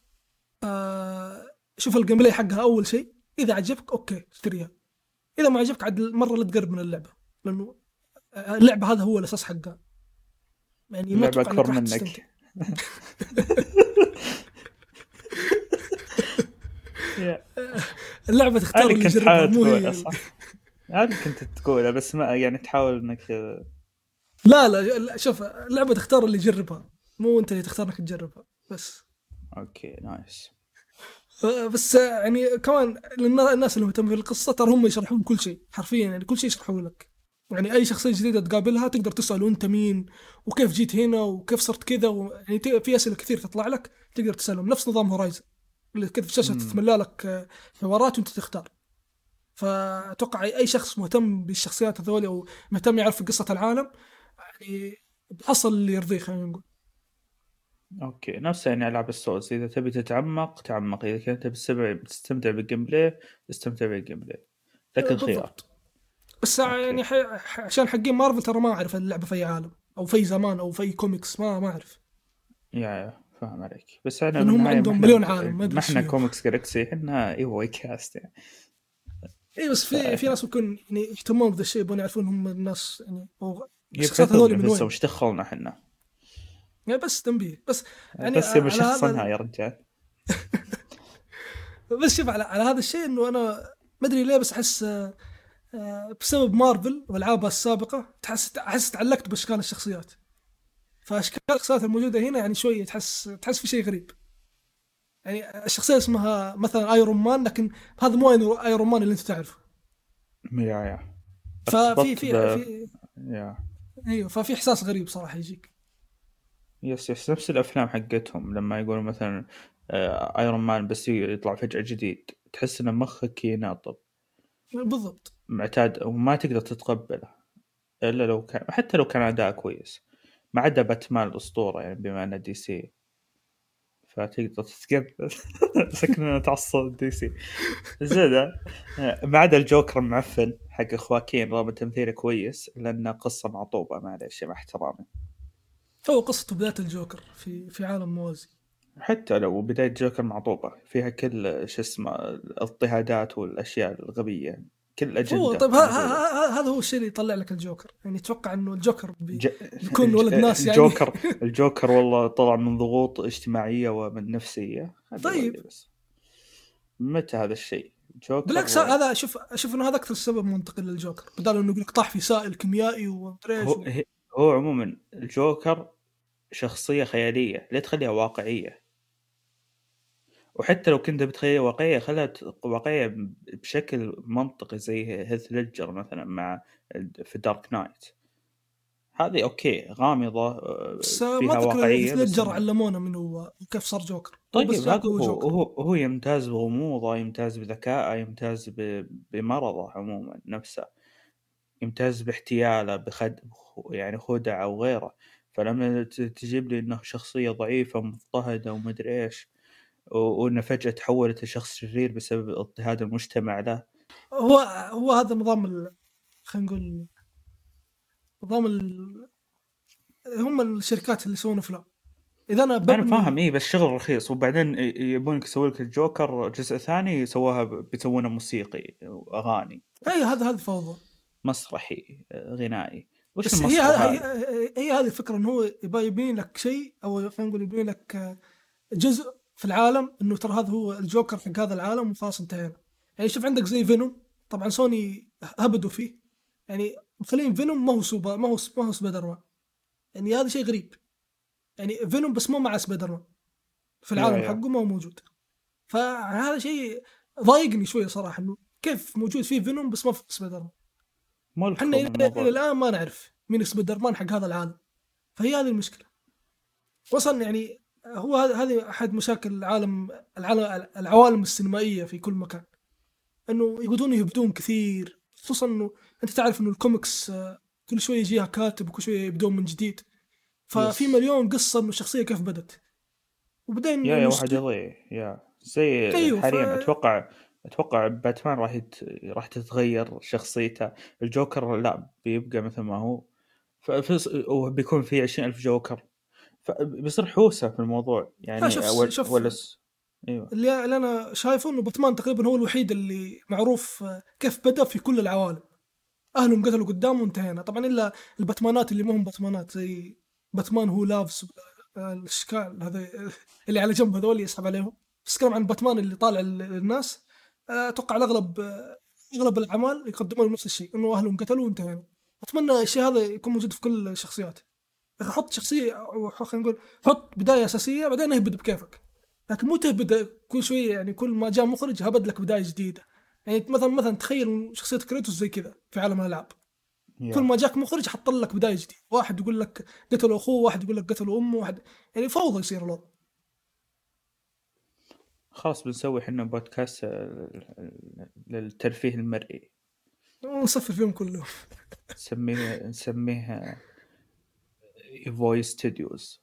شوف الجيم بلاي حقها اول شيء، اذا عجبك اوكي اشتريها، اذا ما عجبك عاد مره لا تقرب من اللعبه، لانه اللعبه هذا هو الاساس حقها. يعني ما اللعبة اتوقع انك أكبر راح تستمتع. منك. يا اللعبه تختار انا اللي كنت يجربها حاول مو هي تقول اصلا، انا كنت تقولها بس ما يعني تحاول انك لا شوف، اللعبه تختار اللي يجربها، مو انت اللي تختار انك تجربها بس. اوكي نايس. بس يعني كمان الناس اللي مهتمين بالقصه ترى هم يشرحون كل شيء حرفيا، يعني كل شيء يشرحوا لك. يعني اي شخصيه جديده تقابلها تقدر تساله انت مين وكيف جيت هنا وكيف صرت كذا يعني في اسئله كثير تطلع لك تقدر تسالهم، نفس نظام هورايزن اللي كذا في الشاشه امم تتملى لك حوارات وانت تختار. فاتوقع اي شخص مهتم بالشخصيات هذول او مهتم يعرف قصه العالم يعني بحصل اللي يرضيه، خلينا نقول. اوكي، نفس يعني العاب السولز، اذا تبي تتعمق تعمق، اذا كنت بتستمتع بالجيم بلاي استمتع بالجيم بلاي، لك الخيار. بالضبط. بس اوكي يعني عشان حقين مارفل ترى ما اعرف اللعبه في أي عالم او في زمان او في كوميكس، ما اعرف، يا فاهم عليك، بس انا لان هم بالنهايه عندهم مليون عالم ما ادري ما ايش احنا فيهم. كوميكس جالكسي، احنا ايوه كاست يعني. اي بس في ناس ممكن يعني يهتمون بهذا الشيء، يبون يعرفون هم الناس يعني او الشخصيات يبحثون هذول من بنفسهم وين. ايش دخلنا احنا، يعني بس تنبيه بس، يعني بس يبي على شخصنها هذا. يا رجال. بس شوف على هذا الشيء انه انا ما ادري ليه بس احس بسبب مارفل والعابها السابقه احس تعلقت باشكال الشخصيات، فاشكال الشخصيات الموجوده هنا يعني شويه تحس في شيء غريب. يعني الشخصيه اسمها مثلا ايرون مان، لكن هذا مو ايرون مان اللي انت تعرفه. يا ففي ارتبطت في في يا ايوه، ففي احساس غريب صراحه يجيك. يس نفس الافلام حقتهم لما يقولوا مثلا ايرون مان بس يطلع فجأة جديد تحس ان مخك يناطب، بالضبط. معتاد وما تقدر تتقبله الا لو كان، حتى لو كان اداء كويس، ما عدا باتمان الاسطوره يعني بما انه دي سي فتقدر تتقبل. سكننا تعصب دي سي زين. ما عدا الجوكر المعفن حق خواكين رغم تمثيله كويس لأنه قصة معطوبة معليش مع احترامي. هو قصته بدايه الجوكر في عالم موازي. حتى لو بداية جوكر معطوبة فيها كل شو اسمه الاضطهادات والأشياء الغبية، كل هو أجندة طيب موجودة. هذا هو الشيء اللي يطلع لك الجوكر، يعني تتوقع انه الجوكر ج... بيكون ولد ناس يعني. الجوكر والله طلع من ضغوط اجتماعية ومن نفسية هذه هو اللي طيب بس. متى هذا الشيء بالعكس، جوكر؟ هذا اشوف انه هذا اكثر سبب منطقي للجوكر، بدل انه يقول لك طاح في سائل كيميائي ومدري ايش هو هو عموما الجوكر شخصية خيالية، لا تخليها واقعية، وحتى لو كنت بتخليها واقعية خلها واقعية بشكل منطقي زي هيث ليدجر مثلا مع في دارك نايت، هذه أوكي غامضة بس ما فيها اتذكر واقعية هيث بس ليدجر إنه علمونا من هو وكيف صار جوكر، هو بس طيب جاك هذا وهو جوكر. هو يمتاز بغموضه، يمتاز بذكائه، يمتاز بمرضه عموما نفسه، يمتاز باحتياله يعني خدعة أو غيره. فلما تجيب لي إنه شخصية ضعيفة مضطهدة ومدري إيش وإنه فجأة تحولت لشخص شرير بسبب اضطهاد المجتمع له. هو هذا نظام خلينا نقول نظام هم الشركات اللي يسوون افلام، اذا انا أنا فاهم ببني. إيه بس شغل رخيص، وبعدين يبونك يسوي لك الجوكر جزء ثاني سواها بيسوونه موسيقي وأغاني اي هذا فوضى. مسرحي غنائي، وش بس هي المسخرة هي هذه؟ هي هذه الفكره، انه هو يبغى يبين لك شيء، او خلينا نقول يبين لك جزء في العالم، انه ترى هذا هو الجوكر حق هذا العالم وخلاص انتهينا. يعني شوف عندك زي فينوم، طبعا سوني هبدوا فيه، يعني مخلين فينوم ما هو سبايدر مان، يعني هذا شيء غريب. يعني فينوم بس مو مع سبايدر مان في العالم يا حقه ما هو موجود. فهذا شيء ضايقني شويه صراحه، انه كيف موجود فيه فينوم بس ما في سبايدر مان. احنا ملكهم إلى الموضوع. الان ما نعرف مين سبايدر مان حق هذا العالم، فهي هذه المشكله. وصل يعني هو هذه احد مشاكل العوالم السينمائيه في كل مكان، انه يقعدون يهبدون كثير، خصوصا انه انت تعرف انه الكوميكس كل شويه يجيها كاتب وكل شويه يبدون من جديد، ففي يس مليون قصه انه الشخصيه كيف بدت، وبعدين يا واحد يضيع يا زي ايوه حاليا اتوقع باتمان راح تتغير شخصيته، الجوكر لا بيبقى مثل ما هو، وبيكون في 20,000 جوكر، فبيصير حوسة في الموضوع شوف يعني شوف ايوه اللي انا شايفه انه باتمان تقريبا هو الوحيد اللي معروف كيف بدأ في كل العوالم، اهلهم قتلوا قدامه وانتهينا. طبعا الا الباتمانات اللي مو هم باتمانات، زي باتمان هو لافز الاشكال هذا اللي على جنب هذول يسحب عليهم. بس اتكلم عن باتمان اللي طالع للناس. اتوقع اغلب الاعمال يقدمون نفس الشيء، انه اهلهم قتلوا وانتهينا. اتمنى الشيء هذا يكون موجود في كل الشخصيات. حط شخصيه، او خلينا نقول حط بدايه اساسيه بعدين اهبد بكيفك، لكن مو تهبد كل شويه. يعني كل ما جاء مخرج هبد لك بدايه جديده. يعني مثلا تخيل شخصيه كريتوس زي كذا في عالم الالعاب. كل ما جاك مخرج حط لك بدايه جديده، واحد يقول لك قتلوا اخوه، واحد يقول لك قتلوا امه، واحد يعني فوضى يصير الوضع. خلاص بنسوي حنا بودكاست للترفيه المرئي، ونصفر فيهم كلهم. نسميه فويس ستوديوز.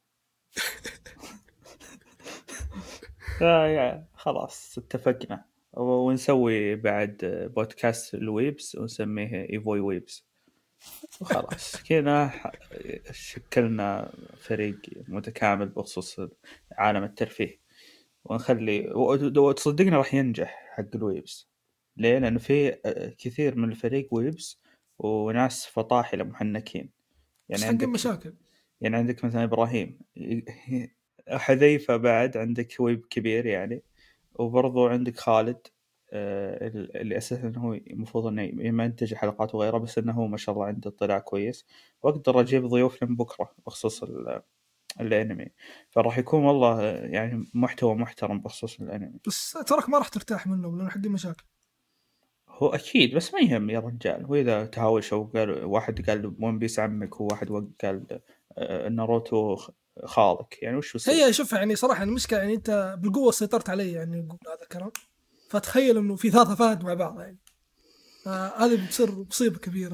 خلاص اتفقنا. ونسوي بعد بودكاست الويبس ونسميه ايفوي ويبس، وخلاص كذا شكلنا فريق متكامل بخصوص عالم الترفيه. ونخلي وتصدقنا راح ينجح حق الويبس. ليه؟ لأنه في كثير من الفريق ويبس وناس فطاحلة محنكين. بس حقين مشاكل. يعني عندك مثلا إبراهيم حذيفة، بعد عندك ويب كبير يعني. وبرضو عندك خالد اللي أساسا هو المفروض إنه ينتج حلقات وغيره، بس إنه هو ما شاء الله عنده اطلاع كويس، وأقدر أجيب ضيوف من بكرة بخصوص الأنمي. فراح يكون والله يعني محتوى محترم بخصوص الأنمي. بس تراك ما راح ترتاح منهم لأنه حقين مشاكل. هو أكيد، بس ما يهم يا رجال. وإذا تهاوشوا وقال واحد قال ون بيس عمك وواحد قال ناروتو خالك، يعني وش يصير؟ هي شوف يعني صراحة المشكلة يعني أنت بالقوة سيطرت علي يعني نقول هذا الكلام. فتخيل إنه في ثلاثة فهد مع بعض يعني هذه بتصير مصيبة كبيرة.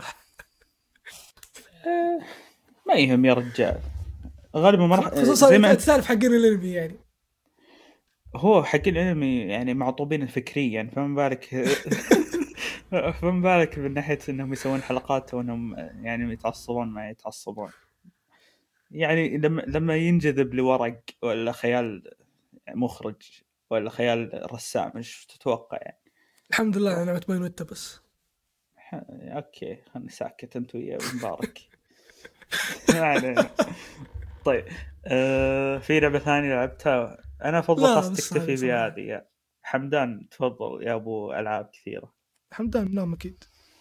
ما يهم يا رجال، غالبا ما راح خصوصا زي ما أنت تعرف حقين الانمي يعني. هو حق الانمي يعني معطوبين فكريا، فما بالك من ناحية انهم يسوون حلقات وانهم يعني يتعصبون ما يتعصبون. يعني لما ينجذب لورق ولا خيال مخرج ولا خيال رسام، ايش تتوقع يعني؟ الحمد لله انا نعمت باينوتا بس. اوكي خلني ساكت انت ويا مبارك. يعني طيب في لعبة ثانية لعبتها انا افضل خاص تكتفي بهذه يا حمدان. تفضل يا ابو العاب كثيرة. حمدان نام اكيد.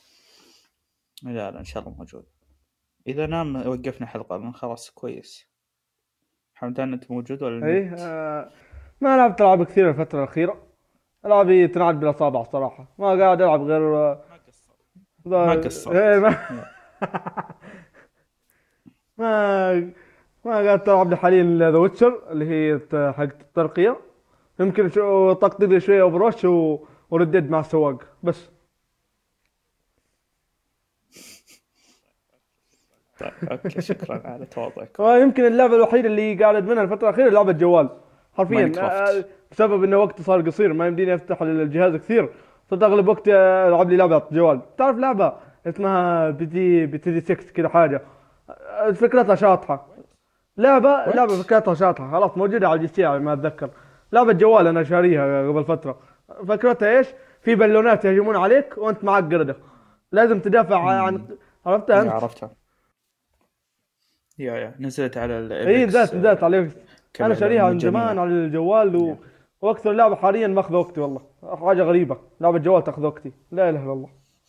لا ان شاء الله موجود. اذا نام وقفنا حلقة من خلاص كويس. حمدان انت موجود ولا ايه ما لعبت العاب كثير الفترة الأخيرة. ألعابي تنعد بالأصابع صراحة، ما قاعد ألعب غير ما قصرت. إيه ما قاعد تلعب لي حاليا ذا ويتشر اللي هي حق الترقية. يمكن طقطق لي شوية اوفروش وردد مع السواق بس. طيب اوكي شكرا على تواضعك. يمكن اللعبة الوحيدة اللي قاعد ادمنها الفترة الأخيرة لعبة جوال حرفيا. بسبب انه وقت صار قصير ما يمديني افتح الجهاز كثير، صرت اغلب وقت العب لي لعبة جوال. تعرف لعبة اسمها بي تي 6 كذا حاجة، فكرتها شاطحة. لعبة فكرتها شاطحة، خلاص موجودة على الجي سي ما اتذكر. لعبة جوال انا شاريها قبل فترة. فكرتها ايش؟ في بالونات يهجمون عليك وانت معك قردة، لازم تدافع عن. عرفتها انت؟ عرفتها يا نزلت على اي نزلت على انا شاريها من زمان على الجوال واكثر لعبة حاليا ماخذ وقتي والله. حاجة غريبة، لعبة جوال تاخذ وقتي، لا اله الا الله.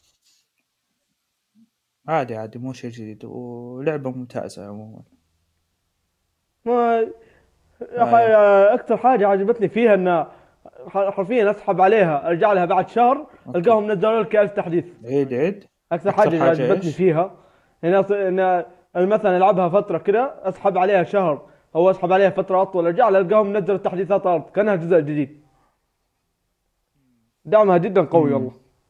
عادي مو شيء جديد، ولعبة ممتازة عموما. ما اكثر حاجة عجبتني فيها ان حرفيا اسحب عليها ارجع لها بعد شهر القاهم نزلوا لك 1000 تحديث. عيد اكثر حاجة عجبتني فيها ان مثلا العبها فترة كده اسحب عليها شهر او اسحب عليها فترة اطول ارجع لها القاهم نزلوا تحديثات ارض كانها جزء جديد. دعمها جدا قوي والله.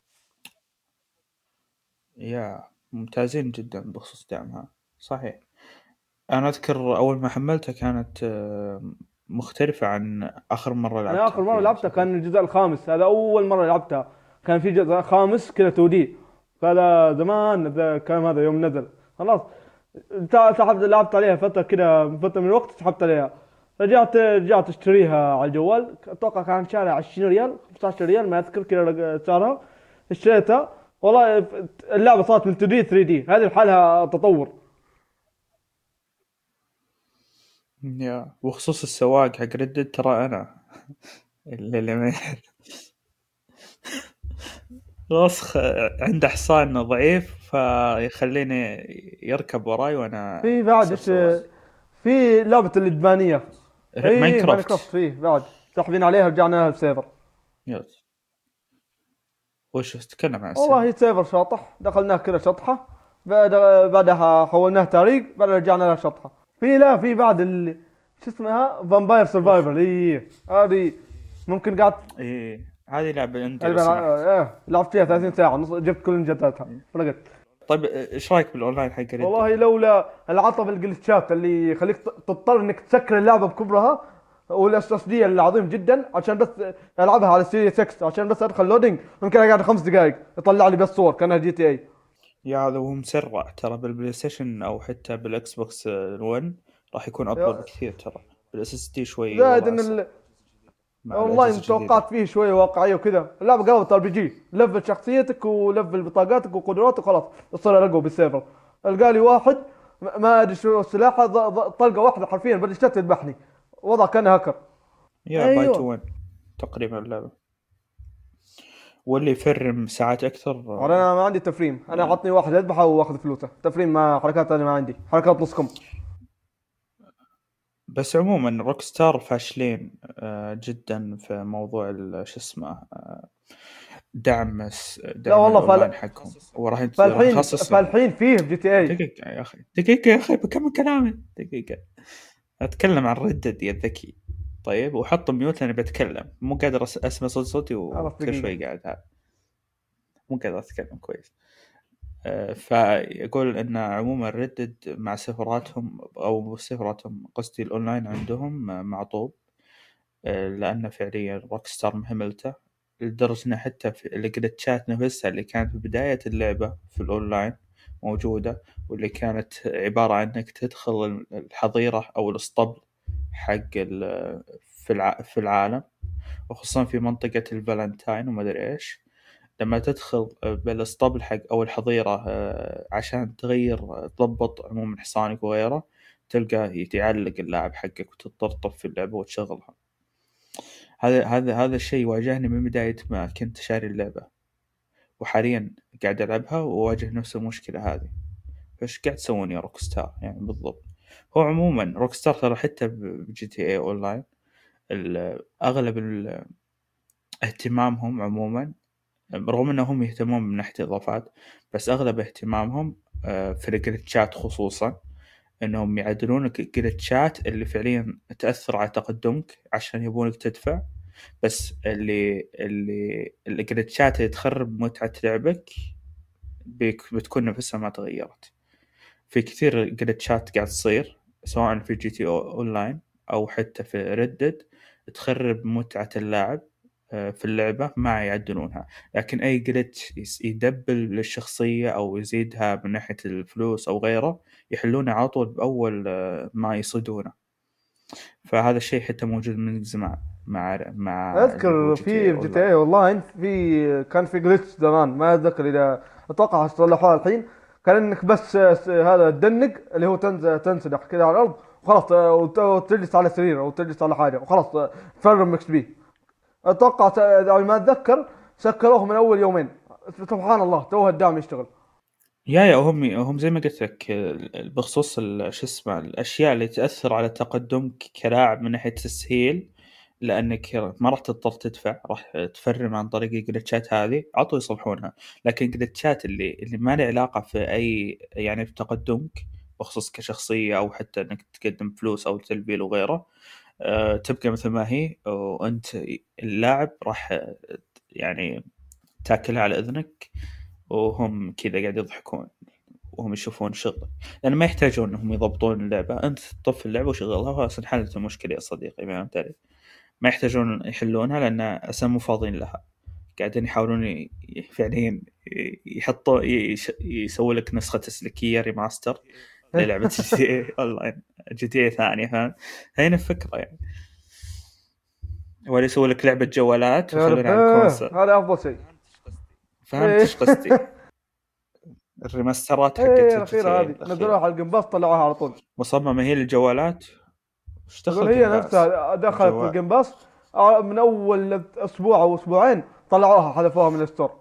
يا ممتازين جدا بخصوص دعمها صحيح. انا اذكر اول ما حملتها كانت مختلفة عن اخر مرة لعبتها. انا اخر مرة لعبتها كان الجزء الخامس، هذا اول مرة لعبتها. كان في جزء خامس كذا 2D، هذا زمان كان هذا يوم نزل خلاص. سحبت لعبت عليها فترة كده، فترة من الوقت سحبت عليها. رجعت اشتريها على الجوال، اتوقع كان شارع 20 ريال 15 ريال ما اذكر كذا سعرها. اشتريتها والله. اللعبة صارت من 2D 3D، هذه لحالها تطور. يا وخصوص السواق حق ردد ترى انا اللي ما راسخ عنده حصان ضعيف فيخليني يركب وراي وانا في بعد أصير ايش، سواق. في لعبة الإدمانية. اي ماينكرافت ماينكرافت. فيه بعد ساحبين عليها، رجعنا لها بسيفر. يس. وش تتكلم عن والله السيف؟ هي سيفر شاطح، دخلناه كذا شطحة، بعدها حولناه تاريخ، بعدها رجعنا لها شطحة. في لا في بعد شو اسمها فامباير سرفايفر. اي هذه ممكن قعدت ايه هذه لعبة عندي لو تقريبا سمحت. لعبت فيها 30 ساعة، جبت كل انجازاتها فرقت. طيب ايش رايك بالاونلاين حق ردد؟ والله لولا العطب الجلتشات اللي يخليك تضطر انك تسكر اللعبة بكبرها، والاس اس دي العظيم جدا عشان بس العبها على سيريس 6، عشان بس ادخل لودينج ممكن اقعد 5 دقائق يطلع لي بس صور كانها جي تي اي. يا هذا هو مسرع ترى بالبلاي ستيشن او حتى بالاكس بوكس 1 راح يكون افضل بكثير ترى. بالاس اس دي شوي زائد وضعه ان صعب مع الاجهزه اونلاين الجديده. توقعت فيه شويه واقعيه وكذا، اللعبه قالت ار بي جي، لفل شخصيتك ولفل بطاقاتك وقدراتك وخلاص تصير رقم بالسيرفر. القالي واحد ما ادري شو سلاحه، طلقه واحده حرفيا بلشت تذبحني، وضع كان هاكر. يا باي تو ايوه 1 تقريبا اللعبه، واللي يفرم ساعات اكثر. انا ما عندي تفريم، انا عطني واحد اذبحه واخذ فلوسه تفريم، ما حركات انا ما عندي حركات نصكم. بس عموما روك ستار فاشلين جدا في موضوع شو اسمه دعم لا دعم والله الاونلاين حقهم، وراح فالحين يخصص لهم. فالحين فيه في جي تي اي. دقيقة يا أخي، دقيقة يا أخي بكمل كلامي دقيقة. أتكلم عن ردد يا ذكي. طيب وحط ميوت لأني بتكلم، مو قادر أسمع صوتي خلاص وكل دقيقه. شوي قاعد هذا مو قادر أتكلم كويس. فيقول إن عموما ردد مع سيرفراتهم أو سيرفراتهم قصدي الأونلاين عندهم معطوب، لأن فعليا روك ستار مهملته لدرجة إن حتى في الجلتشات نفسها اللي كانت في بداية اللعبة في الأونلاين موجودة، واللي كانت عبارة عن إنك تدخل الحظيرة أو الاسطبل حق في العالم، وخصوصا في منطقة الفالنتاين وما أدري إيش. لما تدخل بالاسطبل حق أو الحظيرة عشان تغير تضبط عموما حصانك وغيره، تلقى يتعلق اللاعب حقك وتضطر في اللعبة وتشغلها. هذا الشيء واجهني من بداية ما كنت شاري اللعبة، وحاليا قاعد ألعبها وواجه نفس المشكلة هذه. فايش قاعد تسوون يا روك ستار يعني بالضبط؟ هو عموما روك ستار ترى حتى بجي تي اي اونلاين اغلب اهتمامهم عموما، رغم انهم يهتمون من ناحية اضافات، بس اغلب اهتمامهم في الجلتشات خصوصا، انهم يعدلون الجلتشات اللي فعليا تأثر على تقدمك عشان يبونك تدفع. بس اللي الجلتشات اللي تخرب متعة لعبك بتكون نفسها ما تغيرت. في كثير جلتشات قاعد تصير سواء في جي تي او اونلاين او حتى في ردد تخرب متعة اللاعب في اللعبة ما يعدلونها. لكن اي جلتش يدبل للشخصية او يزيدها من ناحية الفلوس او غيره يحلونه على طول باول ما يصيدونه. فهذا الشيء حتى موجود من زمان مع اللي هو اذكر جي تي اي في جي تي اونلاين. اي اونلاين كان في جلتش زمان، ما اتذكر اذا اتوقع صلحوها الحين. كان انك بس هذا تدنق اللي هو تنسدح كذا على الارض وخلاص، وتجلس على سرير او تجلس على حاجه وخلاص تفرم اكس بي. اتوقع اذا ما اتذكر سكروه من اول يومين. سبحان الله توه الدعم يشتغل. يا هم زي ما قلت لك بخصوص شو اسمه الاشياء اللي تاثر على تقدمك كلاعب من ناحيه تسهيل، لانك ما راح تضطر تدفع، راح تفرم عن طريق الجلتشات هذه عطوا يصلحونها. لكن الجلتشات اللي ما لها علاقه في اي يعني في تقدمك بخصوص كشخصيه او حتى انك تقدم فلوس او تلبيل وغيره، تبقى مثل ما هي، وانت اللاعب راح يعني تاكلها على اذنك، وهم كذا قاعد يضحكون وهم يشوفون شغل، لأن ما يحتاجون إنهم يضبطون اللعبة. أنت طف اللعبة وشغلها وخلاص انحلت المشكلة يا صديقي. ما فهمت علي؟ ما يحتاجون يحلونها لأن أساسا مو فاضيين لها. قاعدين يحاولون فعليا يحطوا يسوي لك نسخة تسليكية ريماستر للعبة جي تي اي اونلاين، جي تي اي ثانية. فاهم؟ هاي الفكرة يعني، ولا يسوي لك لعبة جوالات ويخلونها على الكونسول. هذا افضل شيء. فهمت ايش قصدي؟ الريماسترات حقت جي تي الاخيره اي هذه نزلوها على الجمباز طلعوها على طول. مصممة هي للجوالات وش اقول دخل هي جيم باس نفسها دخلت الجوال؟ الجيم باس، من اول اسبوع او اسبوعين طلعوها حذفوها من الستور.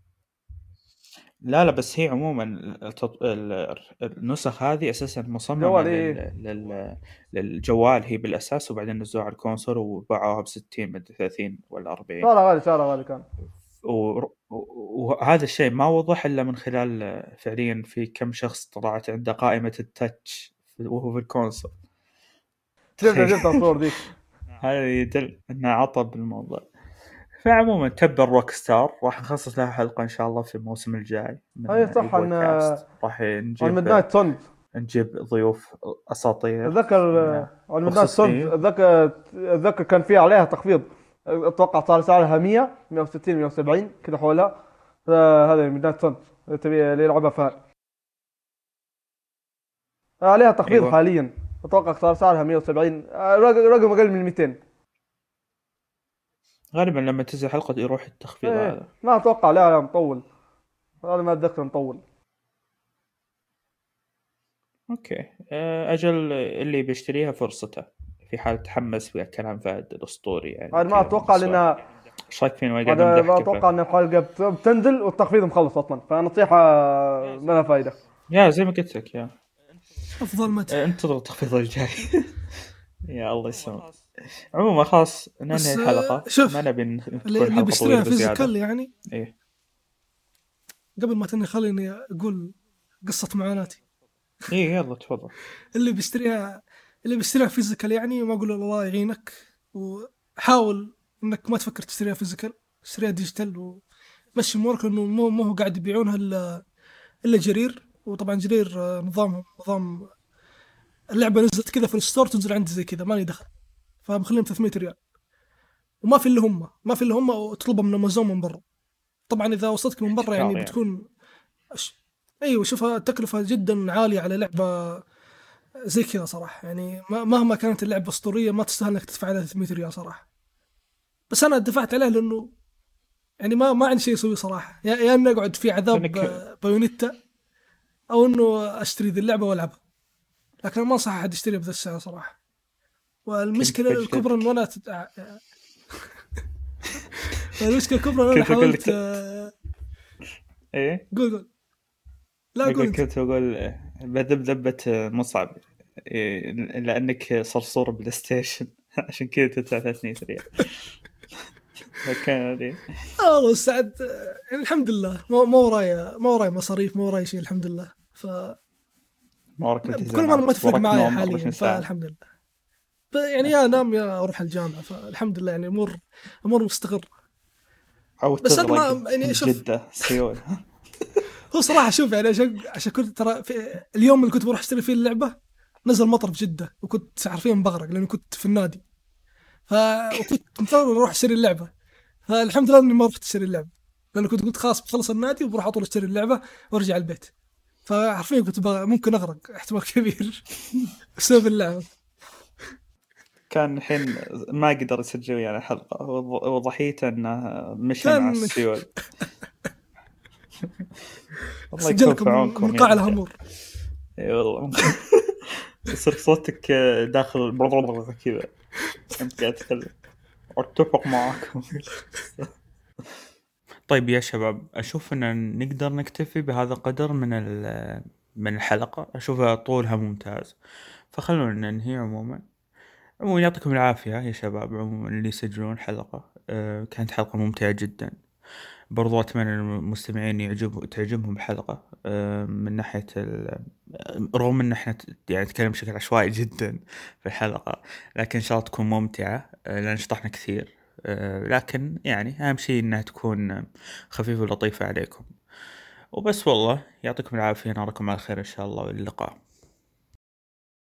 لا بس هي عموما النسخ هذه اساسا مصممه جوال ايه. للجوال هي بالاساس، وبعدين نزلوها على الكونسول وباعوها ب 60 مدري 30 ولا 40. سعرها غالي كان. وهذا الشيء ما وضح الا من خلال فعليا في كم شخص طلعت عنده قائمه التاتش وهو في الكونسول. شفتها صور ذيك. هذا يدل انه عطب بالموضوع. فعموما تبر روك ستار راح نخصص لها حلقه ان شاء الله في الموسم الجاي من هي صح ان البودكاست. راح on Midnight Suns نجيب ضيوف اساطير. اتذكر on Midnight Suns مختصين. اتذكر كان في عليها تخفيض، اتوقع صار سعرها 160 170 كذا حولها. فهذا Midnight Suns اللي تبي اللي يلعبها فهد عليها تخفيض أيوة. حاليا اتوقع صار سعرها 170، رقم اقل من 200. غالبا لما تنزل حلقه يروح التخفيض هذا. ما اتوقع، لا مطول هذا، ما اتذكر مطول. اوكي اجل اللي بيشتريها فرصته في حال تحمس فيها كلام فهد الاسطوري يعني. هذا ما اتوقع لانها ايش رايك فينا قاعد هذا ما نمدحك؟ اتوقع ان الحلقه بتنزل والتخفيض مخلص اصلا، فنصيحه ما لها فايده. يا زي ما قلت لك يا افضل مدح. انتظر التخفيض الجاي. يا الله يسلمك. عموما خلاص ننهي الحلقه. شوف، ما نبي نكون اللي حلقه بيشتريها طويله بزياده. فيزيكال يعني ايه قبل ما تنهي خليني اقول قصه معاناتي. ايه يلا تفضل. اللي بيشتريها فيزيكال يعني ما اقول الله يعينك، وحاول انك ما تفكر تشتريها فيزيكال، اشتريها ديجيتال ومشي امورك، لانه مو هو قاعد يبيعونها الا جرير. وطبعا جرير نظام اللعبه نزلت كذا في الستور تنزل عندي زي كذا مالي دخل، فمخليهم 300 ريال وما في اللي هم وتطلبها من امازون من برا. طبعا اذا وصلتك من برا يعني بتكون ايوه شوفها تكلفه جدا عاليه على لعبه زي كذا صراحه. يعني مهما كانت اللعبه اسطوريه ما تستاهل انك تدفع عليها 300 ريال صراحه. بس انا دفعت عليه لانه يعني ما عندي شيء اسوي صراحه، يا اني اقعد في عذاب بايونيتا او انه اشتري ذي اللعبه والعبها، لكن ما انصح احد يشتريها بذا السعر صراحه. والمشكله الكبرى انه انا المشكله الكبرى انه انا حاولت ايه قول لا قول كنت اقول بذبذبة مصعب إيه لانك صرصور بلاي ستيشن عشان كذا تدفع 300 ريال. كان لي والله سعد يعني الحمد لله ما وراي مصاريف، ما وراي شيء الحمد لله. ف كل ما تفرق معي حاليا فالحمد لله. يعني يا انام يا اروح الجامعه، فالحمد لله يعني امور مستقره. بس انا يعني شوف جده سيول. هو صراحه شوف يعني عشان كنت ترى في اليوم اللي كنت بروح اشتري فيه اللعبه نزل مطر في جده، وكنت حرفيا بغرق لاني كنت في النادي، وكنت مضطر اروح اشتري اللعبه. فالحمد لله اني ما رحت اشتري اللعبه، لانه كنت قلت خلاص بخلص النادي وبروح اطول اشتري اللعبه وارجع البيت. فحرفيا كنت ممكن اغرق احتمال كبير بسبب اللعبه. كان الحين ما قدر يسجل يعني حلقه وضحيته انه مشى مع السيول. الله يكون في عونكم من قاع الهمور. اي والله يصير صوتك داخل كذا انت قاعد تتكلم. اتفق معاكم. طيب يا شباب اشوف ان نقدر نكتفي بهذا القدر من الحلقه. اشوفها طولها ممتاز، فخلونا ننهي. عموما يعطيكم العافيه يا شباب. عموما اللي يسجلون الحلقه كانت حلقه ممتعه جدا. برضو أتمنى المستمعين تعجبهم الحلقة من ناحية رغم أن احنا يعني نتكلم بشكل عشوائي جدا في الحلقة، لكن إن شاء الله تكون ممتعة لأن شطحنا كثير. لكن يعني أهم شيء أنها تكون خفيفة ولطيفة عليكم وبس. والله يعطيكم العافية، نراكم على خير إن شاء الله، واللقاء.